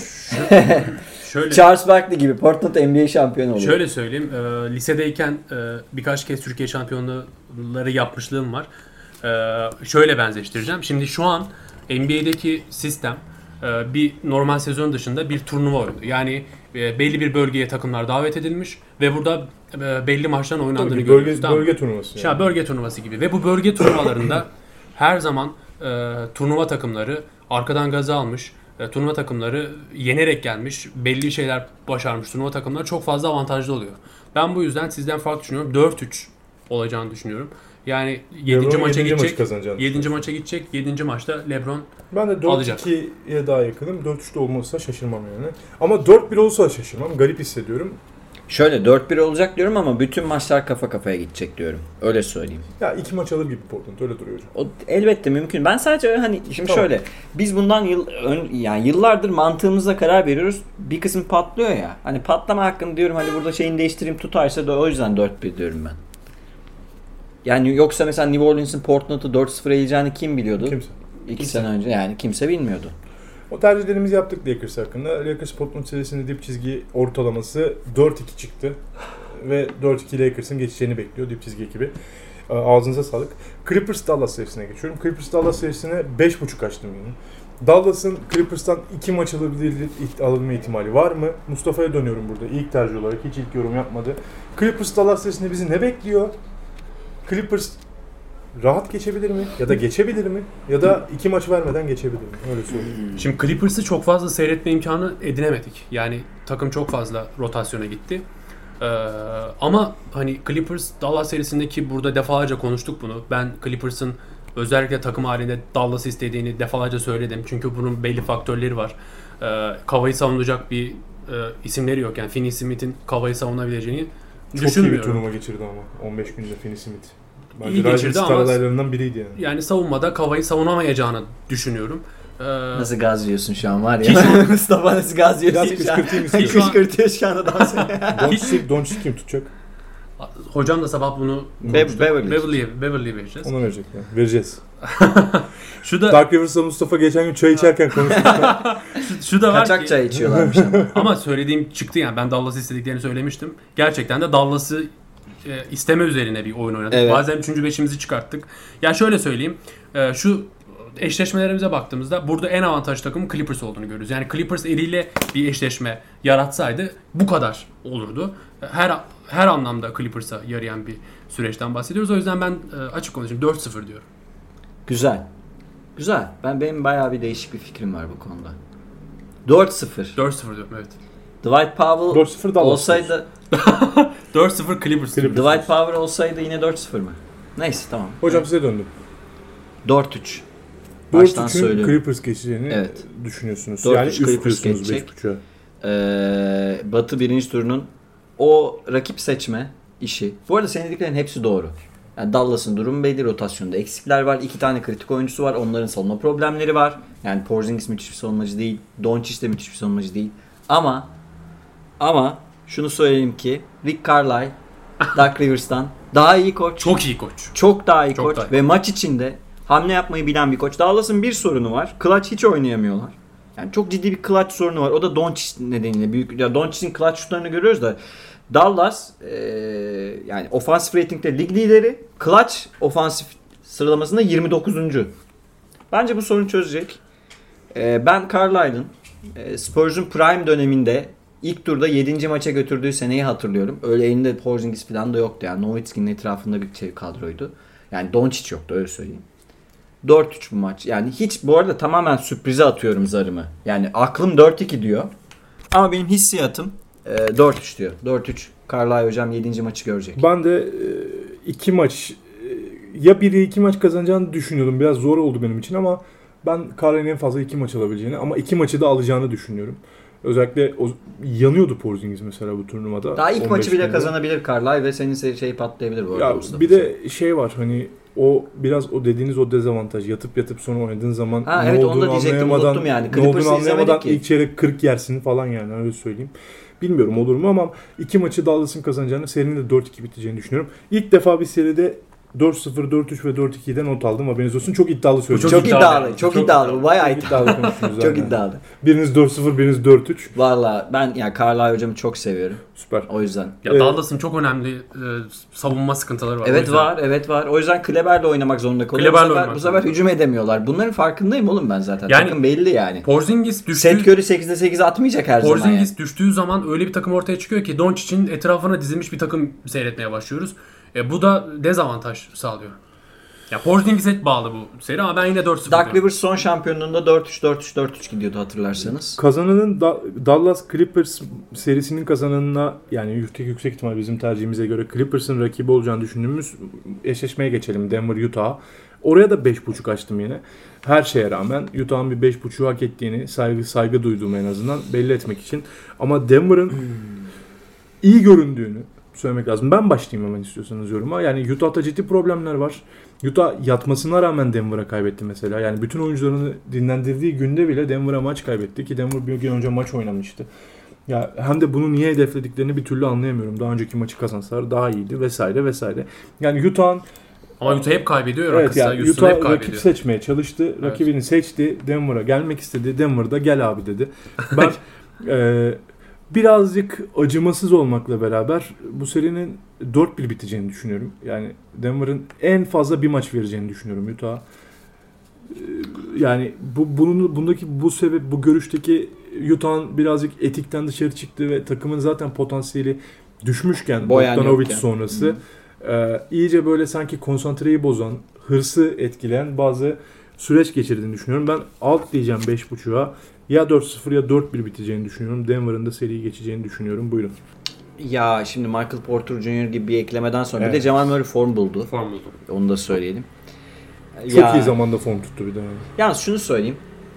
Şöyle Charles Barkley gibi Portland NBA şampiyonu oluyor. Şöyle söyleyeyim. Lisedeyken birkaç kez Türkiye şampiyonları yapmışlığım var. Şöyle benzeştireceğim. Şimdi şu an NBA'deki sistem bir normal sezon dışında bir turnuva oyunu. Yani belli bir bölgeye takımlar davet edilmiş ve burada belli maçların oynandığını görüyoruz. Bölge turnuvası. Yani. Bölge turnuvası gibi. Ve bu bölge turnuvalarında her zaman turnuva takımları arkadan gazı almış, turnuva takımları yenerek gelmiş, belli şeyler başarmış turnuva takımları çok fazla avantajlı oluyor. Ben bu yüzden sizden farklı düşünüyorum. 4-3 olacağını düşünüyorum. Yani 7. maça gidecek. 7. maça gidecek. 7. maçta LeBron Ben de alacak. 4-2'ye daha yakınım. 4-3'te olmasa şaşırmam yani. Ama 4-1 olsa şaşırmam. Garip hissediyorum. Şöyle 4-1 olacak diyorum ama bütün maçlar kafa kafaya gidecek diyorum. Öyle söyleyeyim. Ya 2 maç alır gibi Portland, öyle duruyor hocam. O elbette mümkün. Ben sadece hani şimdi Tamam. şöyle biz bundan yani yıllardır mantığımızla karar veriyoruz. Bir kısım patlıyor ya. Hani patlama hakkında diyorum hani burada şeyini değiştireyim tutarsa da o yüzden 4-1 diyorum ben. Yani yoksa mesela New Orleans'ın Portland'ı 4-0 eğileceğini kim biliyordu? Kimse. 2 sene önce yani kimse bilmiyordu. O tercihlerimizi yaptık Lakers hakkında. Lakers Portland serisinde dip çizgi ortalaması 4-2 çıktı. Ve 4-2 Lakers'ın geçeceğini bekliyor dip çizgi ekibi. Ağzınıza sağlık. Clippers Dallas serisine geçiyorum. Clippers Dallas serisine 5.5 açtım yine. Dallas'ın Clippers'tan 2 maç alabilme ihtimali var mı? Mustafa'ya dönüyorum burada. İlk tercih olarak hiç ilk yorum yapmadı. Clippers Dallas serisinde bizi ne bekliyor? Clippers rahat geçebilir mi? Ya da geçebilir mi? Ya da 2 maç vermeden geçebilir mi? Öyle söyleyeyim. Şimdi Clippers'ı çok fazla seyretme imkanı edinemedik. Yani takım çok fazla rotasyona gitti. Ama hani Clippers Dallas serisindeki burada defalarca konuştuk bunu. Ben Clippers'ın özellikle takım halinde Dallas'ı istediğini defalarca söyledim. Çünkü bunun belli faktörleri var. Kavayı savunacak bir isimleri yok. Yani Finney Smith'in Kavayı savunabileceğini düşünmüyorum. Çok iyi bir turnuva geçirdi ama 15 günde Finney Smith. Bence İyi geçirdi ama adaylarından biriydi yani. Yani savunmada Kavayı savunamayacağını düşünüyorum. Nasıl gaz yiyorsun şu an var ya. Mustafa nasıl gaz yiyorsun Biraz şu an. Kışkırtıyor şu anda dans. Doncic kim tutacak? Hocam da sabah bunu Beverly vereceğiz. Ona verecek yani. Vereceğiz. Şu da Dark Rivers'la Mustafa geçen gün çay içerken konuştuk. şu da var Kaçak ki çay içiyorlarmış ama. ama söylediğim çıktı yani. Ben Dallas'ı istediklerini söylemiştim. Gerçekten de Dallas'ı isteme üzerine bir oyun oynadık. Evet. Bazen 3. 5'imizi çıkarttık. Ya şöyle söyleyeyim. Şu eşleşmelerimize baktığımızda burada en avantajlı takımın Clippers olduğunu görüyoruz. Yani Clippers eliyle bir eşleşme yaratsaydı bu kadar olurdu. Her anlamda Clippers'a yarayan bir süreçten bahsediyoruz. O yüzden ben açık konuşayım 4-0 diyorum. Güzel. Güzel. Benim bayağı bir değişik bir fikrim var bu konuda. 4-0. 4-0 diyorum evet. Dwight Powell 4-0 Dallas olsaydı 4-0 Clippers. Dwight Powell olsaydı yine 4-0 mı? Neyse tamam. Hocam size döndüm. 4-3. Baştan 4-3'ün söylüyorum. Clippers geçeceğini Evet. düşünüyorsunuz. 4-3 Yani üst Clippers diyorsunuz geçecek. 5.5'a. Batı birinci turunun o rakip seçme işi. Bu arada senin dediklerin hepsi doğru. Yani Dallas'ın durumu belli, rotasyonda eksikler var. 2 tane kritik oyuncusu var. Onların savunma problemleri var. Yani Porzingis müthiş bir savunmacı değil. Doncic de müthiş bir savunmacı değil. Ama şunu söyleyeyim ki Rick Carlisle Dark Rivers'tan daha iyi koç. Çok iyi koç. Çok daha iyi Çok koç daha iyi. ve maç içinde hamle yapmayı bilen bir koç. Dallas'ın bir sorunu var. Clutch hiç oynayamıyorlar. Yani çok ciddi bir clutch sorunu var. O da Doncic nedeniyle büyük. Ya Doncic'in clutch şutlarını görüyoruz da Dallas yani ofansif rating'de lig lideri. Clutch ofansif sıralamasında 29. Bence bu sorunu çözecek. Ben Carlisle'ın Spurs'un prime döneminde ilk turda 7. maça götürdüğü seneyi hatırlıyorum. Öyle elinde Porzingis falan da yoktu. Yani Nowitzki'nin etrafında bir kadroydu. Yani Doncic yoktu öyle söyleyeyim. 4-3 bu maç. Yani hiç bu arada tamamen sürprize atıyorum zarımı. Yani aklım 4-2 diyor. Ama benim hissiyatım 4-3 diyor. 4-3. Carlisle hocam 7. maçı görecek. Ben de 2 maç ya biri 2 maç kazanacağını düşünüyordum. Biraz zor oldu benim için ama ben Carlisle'ın en fazla 2 maç alabileceğini ama 2 maçı da alacağını düşünüyorum. Özellikle yanıyordu Porzingis mesela bu turnuvada. Daha ilk maçı bile günde kazanabilir Carlisle ve senin şey patlayabilir bu arada. Ya Mustafa. bir de şey var hani o biraz o dediğiniz o dezavantaj yatıp sonra oynadığın zaman evet, onu da diyecektim, unuttum yani. ne olduğunu Clippers'ı anlayamadan izlemedik ki. ilk çeyrek 40 yersin falan yani öyle söyleyeyim. Bilmiyorum olur mu ama 2 maçı Dallas'ın kazanacağını, serinin de 4-2 biteceğini düşünüyorum. İlk defa bir seride 4-0, 4-3 ve 4-2'den not aldım. Haberiniz olsun. Çok iddialı söylüyorum. Çok iddialı. Çok iddialı. Bayağı iddialı. konuştunuz Çok zaten. iddialı. Biriniz 4-0, biriniz 4-3. Valla ben ya Carlisle hocamı çok seviyorum. Süper. O yüzden. Ya Dallas'ın çok önemli savunma sıkıntıları var. Evet var. O yüzden Kleber'le oynamak zorunda kalıyor. Bu sefer hücum edemiyorlar. Bunların farkındayım oğlum ben zaten. Yani, takım belli yani. Porzingis düştüğü... Seth Curry 8'de 8 atmayacak her zaman. Porzingis düştüğü zaman öyle bir takım ortaya çıkıyor ki Doncic'in etrafına dizilmiş bir takım seyretmeye başlıyoruz. Bu da dezavantaj sağlıyor. Ya Porzingis'e bağlı bu seri ama ben yine 4-0 Dark Rivers son şampiyonluğunda 4-3 gidiyordu hatırlarsanız. Kazananın Dallas Clippers serisinin kazananına yani yüksek ihtimal bizim tercihimize göre Clippers'ın rakibi olacağını düşündüğümüz eşleşmeye geçelim. Denver Utah. Oraya da 5.5 açtım yine. Her şeye rağmen Utah'ın bir 5.5'u hak ettiğini saygı duyduğumu en azından belli etmek için. Ama Denver'ın iyi göründüğünü söylemek lazım. Ben başlayayım hemen istiyorsanız yoruma. Yani Utah'ta ciddi problemler var. Utah yatmasına rağmen Denver'a kaybetti mesela. Yani bütün oyuncularını dinlendirdiği günde bile Denver'a maç kaybetti ki Denver bir gün önce maç oynamıştı. Ya hem de bunu niye hedeflediklerini bir türlü anlayamıyorum. Daha önceki maçı kazansalar daha iyiydi vesaire. Yani Utah'ın ama Utah hep kaybediyor. Evet yani Utah rakip kaybediyor. seçmeye çalıştı. Evet. Rakibini seçti. Denver'a gelmek istedi. Denver'da gel abi dedi. Ben birazcık acımasız olmakla beraber bu serinin 4-1 biteceğini düşünüyorum. Yani Denver'ın en fazla bir maç vereceğini düşünüyorum Utah. Yani bu görüşteki Utah'ın birazcık etikten dışarı çıktı ve takımın zaten potansiyeli düşmüşken Bogdanovic sonrası iyice böyle sanki konsantreyi bozan, hırsı etkileyen bazı süreç geçirdiğini düşünüyorum. Ben alt diyeceğim 5.5'a. Ya 4-0 ya 4-1 biteceğini düşünüyorum. Denver'ın da seriyi geçeceğini düşünüyorum. Buyurun. Ya şimdi Michael Porter Jr. gibi bir eklemeden sonra bir de Jamal Murray form buldu. Onu da söyleyelim. Çok iyi zamanda form tuttu bir de. Yalnız şunu söyleyeyim.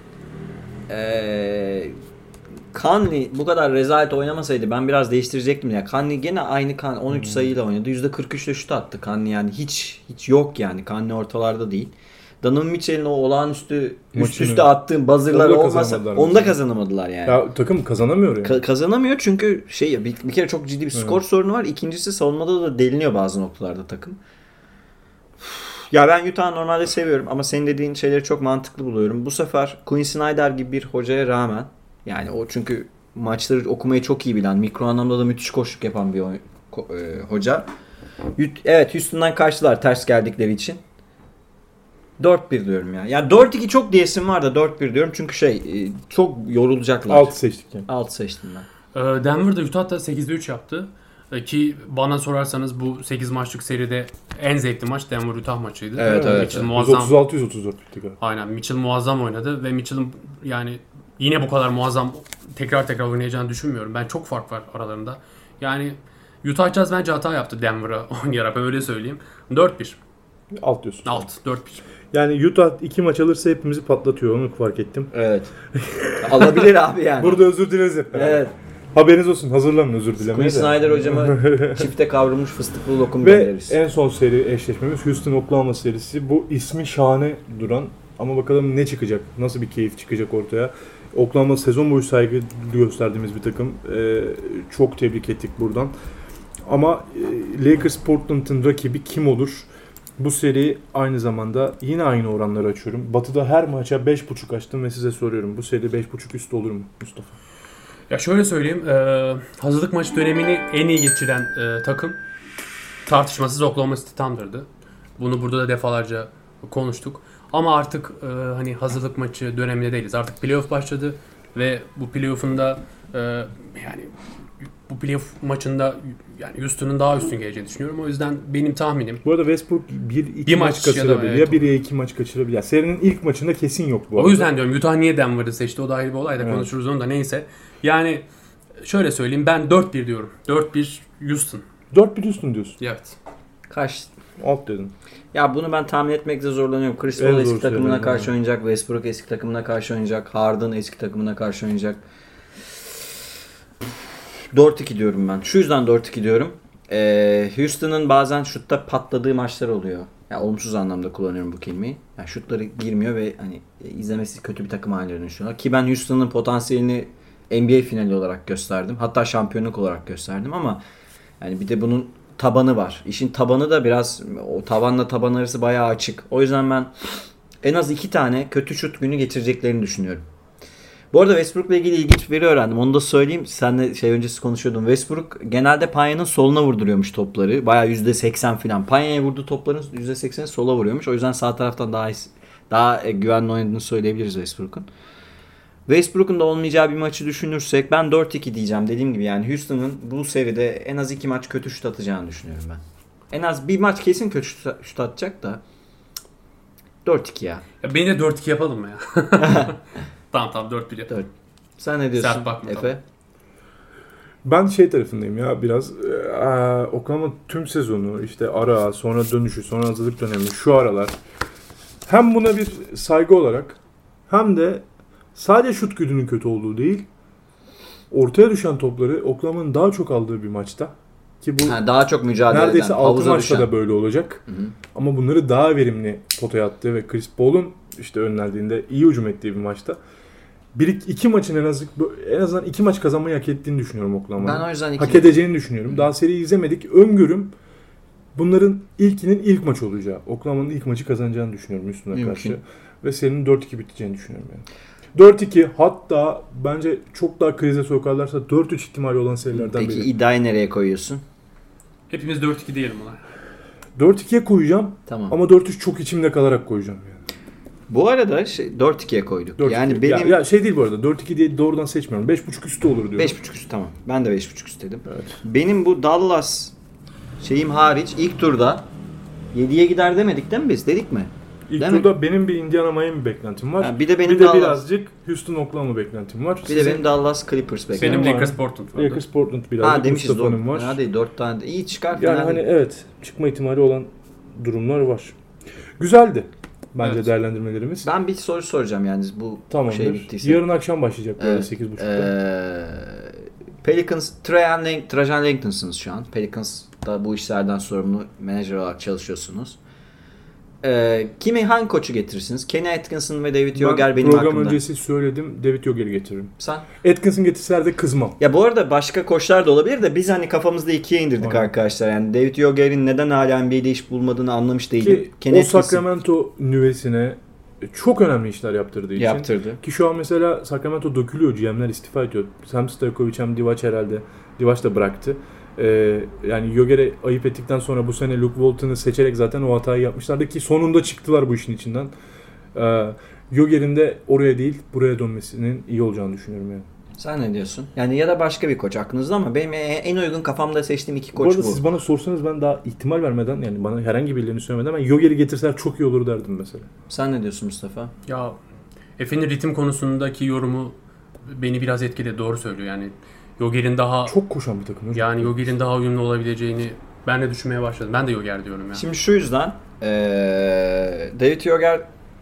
Conley bu kadar rezalet oynamasaydı ben biraz değiştirecektim ya. Conley gene aynı 13 sayıyla oynadı. %43'le şut attı Conley yani hiç yok yani. Conley ortalarda değil. Donovan Mitchell'in o olağanüstü üst üste attığım buzzer'lar olmasa onu da kazanamadılar yani. Ya takım kazanamıyor yani. Kazanamıyor çünkü bir kere çok ciddi bir skor sorunu var. İkincisi savunmada da deliniyor bazı noktalarda takım. Ya ben Utah'ı normalde seviyorum ama senin dediğin şeyleri çok mantıklı buluyorum. Bu sefer Quinn Snyder gibi bir hocaya rağmen, yani o çünkü maçları okumayı çok iyi bilen, mikro anlamda da müthiş koşluk yapan bir hoca. Evet, Houston'dan kaçtılar ters geldikleri için. 4-1 diyorum ya. Yani 4-2 çok diyesim var da 4-1 diyorum çünkü çok yorulacaklar. 6 seçtik yani. 6 seçtim ben. Denver'da Utah'da 8'de 3 yaptı. Ki bana sorarsanız bu 8 maçlık seride en zevkli maç Denver-Utah maçıydı. Evet. Mitchell muazzam. 136-134 bitti galiba. Aynen. Mitchell muazzam oynadı ve Mitchell'ın yani yine bu kadar muazzam tekrar oynayacağını düşünmüyorum. Ben çok fark var aralarında. Yani Utah Jazz bence hata yaptı Denver'a oynayarak, öyle söyleyeyim. 4-1. Alt diyorsun. 4-1. Yani Utah 2 maç alırsa hepimizi patlatıyor, onu fark ettim. Evet. Alabilir abi yani. Burada özür dileriz hep. Evet. Haberiniz olsun, hazırlanın özür dilemeye Quinn de. Snyder hocama çifte kavrulmuş fıstıklı lokum Ve göndeririz. en son seri eşleşmemiz Houston Oklahoma serisi. Bu ismi şahane duran ama bakalım ne çıkacak, nasıl bir keyif çıkacak ortaya. Oklahoma sezon boyu saygı gösterdiğimiz bir takım. Çok tebrik ettik buradan. Ama Lakers Portland'ın rakibi kim olur? Bu seri aynı zamanda yine aynı oranları açıyorum. Batı'da her maça 5.5 açtım ve size soruyorum. Bu seri 5.5 üstü olur mu Mustafa? Ya şöyle söyleyeyim, hazırlık maçı dönemini en iyi geçiren takım tartışmasız Oklahoma City Thunder'dı. Bunu burada da defalarca konuştuk. Ama artık hani hazırlık maçı döneminde değiliz. Artık playoff başladı ve bu playoff'un da yani bu playoff maçında yani Houston'un daha üstün geleceğini düşünüyorum. O yüzden benim tahminim. Bu arada Westbrook bir maç kaçırabilir. Ya 1 ya 2 maç kaçırabilir. Yani serinin ilk maçında kesin yok bu arada. O yüzden diyorum Utah niye Denver'ı seçti? O da ayrı bir olay da konuşuruz onu da, neyse. Yani şöyle söyleyeyim, ben 4-1 diyorum. 4-1 Houston. 4-1 Houston diyorsun. Evet. Kaç? Alt dedim. Ya bunu ben tahmin etmekte zorlanıyorum. Chris Paul eski takımına karşı oynayacak. Westbrook eski takımına karşı oynayacak. Harden eski takımına karşı oynayacak. 4-2 diyorum ben. Şu yüzden 4-2 diyorum. Houston'ın bazen şutta patladığı maçlar oluyor. Yani olumsuz anlamda kullanıyorum bu kelimeyi. Yani şutları girmiyor ve hani izlemesi kötü bir takım haline dönüşüyorlar. Ki ben Houston'ın potansiyelini NBA finali olarak gösterdim. Hatta şampiyonluk olarak gösterdim ama yani bir de bunun tabanı var. İşin tabanı da biraz, o tabanla taban arası bayağı açık. O yüzden ben en az 2 tane kötü şut günü geçireceklerini düşünüyorum. Bu arada Westbrook'la ilgili ilginç bir veri öğrendim. Onu da söyleyeyim. Seninle öncesi konuşuyordum. Westbrook genelde Panya'nın soluna vurduruyormuş topları. Bayağı %80 falan. Panya'ya vurduğu topların %80'i sola vuruyormuş. O yüzden sağ taraftan daha güvenli oynadığını söyleyebiliriz Westbrook'un. Westbrook'un da olmayacağı bir maçı düşünürsek ben 4-2 diyeceğim. Dediğim gibi yani Houston'ın bu seride en az 2 maç kötü şut atacağını düşünüyorum ben. En az bir maç kesin kötü şut atacak da 4-2 ya. Beni de 4-2 yapalım mı ya? Tamam 4-1 yapalım. Sen ne diyorsun Efe? Tamam. Ben tarafındayım ya biraz. Oklahoma tüm sezonu işte ara, sonra dönüşü, sonra hazırlık dönemi, şu aralar. Hem buna bir saygı olarak hem de sadece şut güdünün kötü olduğu değil, ortaya düşen topları Oklahoma'nın daha çok aldığı bir maçta. Ki bu daha çok mücadele neredeyse eden, 6 maçta da böyle olacak. Hı-hı. Ama bunları daha verimli potaya attığı ve Chris Paul'un önlerdiğinde iyi hücum ettiği bir maçta. 2 maçın en azından 2 maç kazanmayı hak ettiğini düşünüyorum Oklahoma'nın. Ben o yüzden hak edeceğini düşünüyorum. Daha seriyi izlemedik. Öngörüm bunların ilkinin ilk maç olacağı. Oklahoma'nın ilk maçı kazanacağını düşünüyorum üstüne karşı. Ve serinin 4-2 biteceğini düşünüyorum yani. 4-2, hatta bence çok daha krize sokarlarsa 4-3 ihtimali olan serilerden biri. Peki iddiayı nereye koyuyorsun? Hepimiz 4-2 diyelim ona. 4-2'ye koyacağım. Tamam. Ama 4-3 çok içimde kalarak koyacağım yani. Bu arada 4-2'ye koyduk. 4-2. Yani benim değil bu arada. 4-2 diye doğrudan seçmiyorum. 5.5 üstü olur diyorum. 5.5 üstü, tamam. Ben de 5.5 üstü dedim. Evet. Benim bu Dallas hariç ilk turda 7'ye gider demedik değil mi biz? Dedik mi? İlk değil turda mi? benim bir Indiana Miami beklentim var. Ha, bir de benim birazcık Houston Oklahoma beklentim var. Bir de benim Dallas Clippers beklentim. Benim Lakers Portland var. Lakers Portland birazcık. Demişiz Mustafa'nın var. Hadi 4 tane. İyi çıkar. Yani hani evet, çıkma ihtimali olan durumlar var. Güzeldi bence değerlendirmelerimiz. Ben bir soru soracağım yani bu Tamamdır. bittiyse. Yarın akşam başlayacak böyle 8.30'da. Pelicans, Trajan Langdon'sınız şu an. Pelicans'da bu işlerden sorumlu menajer olarak çalışıyorsunuz. Kimi hangi koçu getirirsiniz? Kenny Atkinson ve David Yoger benim program hakkımda. öncesi söyledim. David Yoger'i getiririm. Sen? Atkinson getirseler de kızmam. Ya bu arada başka koçlar da olabilir de biz hani kafamızda ikiye indirdik Aynen. arkadaşlar. Yani David Yoger'in neden hala NBA'de iş bulmadığını anlamış değilim. Ki o Sacramento nüvesine çok önemli işler yaptırdığı için. Yaptırdı. Ki şu an mesela Sacramento dökülüyor. GM'ler istifa ediyor. Hem Stojkovic hem Divac herhalde. Divac da bıraktı. Yani Yoger'e ayıp ettikten sonra bu sene Luke Walton'ı seçerek zaten o hatayı yapmışlardı ki sonunda çıktılar bu işin içinden. Yoger'in de oraya değil buraya dönmesinin iyi olacağını düşünüyorum yani. Sen ne diyorsun? Yani ya da başka bir koç aklınızda ama benim en uygun kafamda seçtiğim iki koç bu. Arada bu. siz bana sorsanız ben daha ihtimal vermeden yani bana herhangi birilerini söylemeden ben Yoger'i getirseler çok iyi olur derdim mesela. Sen ne diyorsun Mustafa? Ya Efe'nin ritim konusundaki yorumu beni biraz etkiledi. Doğru söylüyor yani. Yoger'in daha Çok koşan bir takım. yani Yoger'in daha uyumlu olabileceğini ben de düşünmeye başladım. Ben de Yoger diyorum ya. Şimdi şu yüzden David Yoger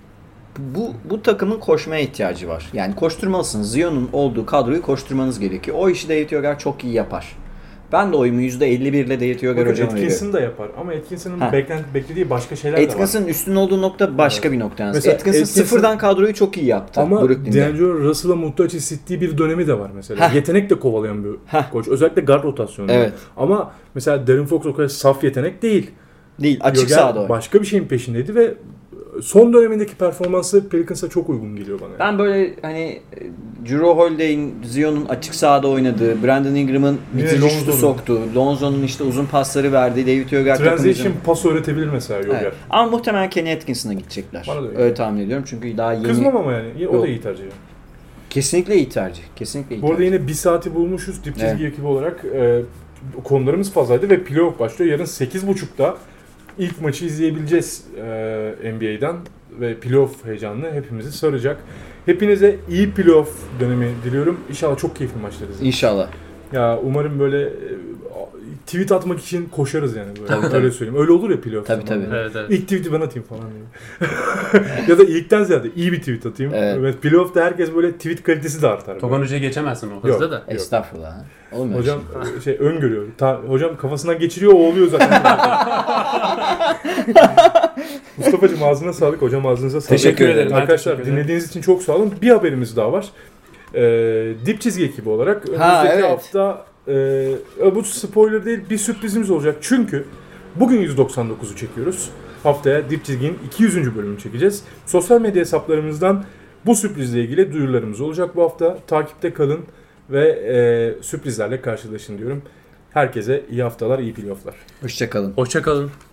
bu takımın koşmaya ihtiyacı var. Yani koşturmalısınız. Zion'un olduğu kadroyu koşturmanız gerekiyor. O işi David Yoger çok iyi yapar. Ben de oyumu %51 ile David Yoger hocama veriyorum. Atkinson da yapar ama Atkinson'ın beklediği başka şeyler de var. Atkinson'ın üstün olduğu nokta başka bir nokta. Yani. Mesela Atkinson sıfırdan kadroyu çok iyi yaptı ama Brooklyn'de. D'Angelo Russell'a muhtaç hissettiği bir dönemi de var mesela. Yetenek de kovalayan bir koç. Özellikle guard rotasyonunda. Evet. Ama mesela De'Aaron Fox o kadar saf yetenek değil. Değil. Açık Yoger sahada başka bir şeyin peşindeydi ve son dönemindeki performansı Pelicans'a çok uygun geliyor bana. Ben böyle hani Jrue Holiday'in, Zion'un açık sahada oynadığı, Brandon Ingram'ın bitirici şutu soktuğu, Lonzo'nun işte uzun pasları verdiği, David Yoger Transition pas öğretebilir mesela Yoger. Evet. Ama muhtemelen Kenny Atkinson'a gidecekler. Öyle tahmin ediyorum çünkü daha yeni. Kızmam ama yani. O da iyi tercih. Kesinlikle iyi tercih. Kesinlikle iyi Bu arada tercih. yine bir saati bulmuşuz dip çizgi ekibi olarak. Konularımız fazlaydı ve playoff başlıyor. Yarın 8.30'da ilk maçı izleyebileceğiz NBA'den ve playoff heyecanlı hepimizi saracak. Hepinize iyi playoff dönemi diliyorum. İnşallah çok keyifli maçlar izleriz. İnşallah. Ya umarım böyle tweet atmak için koşarız yani böyle. Tabii, öyle söyleyeyim. Öyle olur ya playoff. Tabii. Evet. İlk tweet'i ben atayım falan diye. Ya da ilkten ziyade iyi bir tweet atayım. Evet. Playoff'ta herkes böyle tweet kalitesi de artar. Togan Hoca'ya geçemezsin o hızda da. Estağfurullah. Olmuyor hocam öngörüyor. Hocam kafasından geçiriyor o oluyor zaten. Mustafa'cığım ağzına sağlık. Hocam ağzınıza sağlık. Teşekkür ederim. Arkadaşlar dinlediğiniz için çok sağ olun. Bir haberimiz daha var. Dip çizgi ekibi olarak önümüzdeki hafta bu spoiler değil bir sürprizimiz olacak. Çünkü bugün 199'u çekiyoruz. Haftaya Dip çizginin 200. bölümünü çekeceğiz. Sosyal medya hesaplarımızdan bu sürprizle ilgili duyurularımız olacak bu hafta. Takipte kalın ve sürprizlerle karşılaşın diyorum. Herkese iyi haftalar, iyi playofflar. Hoşça kalın. Hoşça kalın.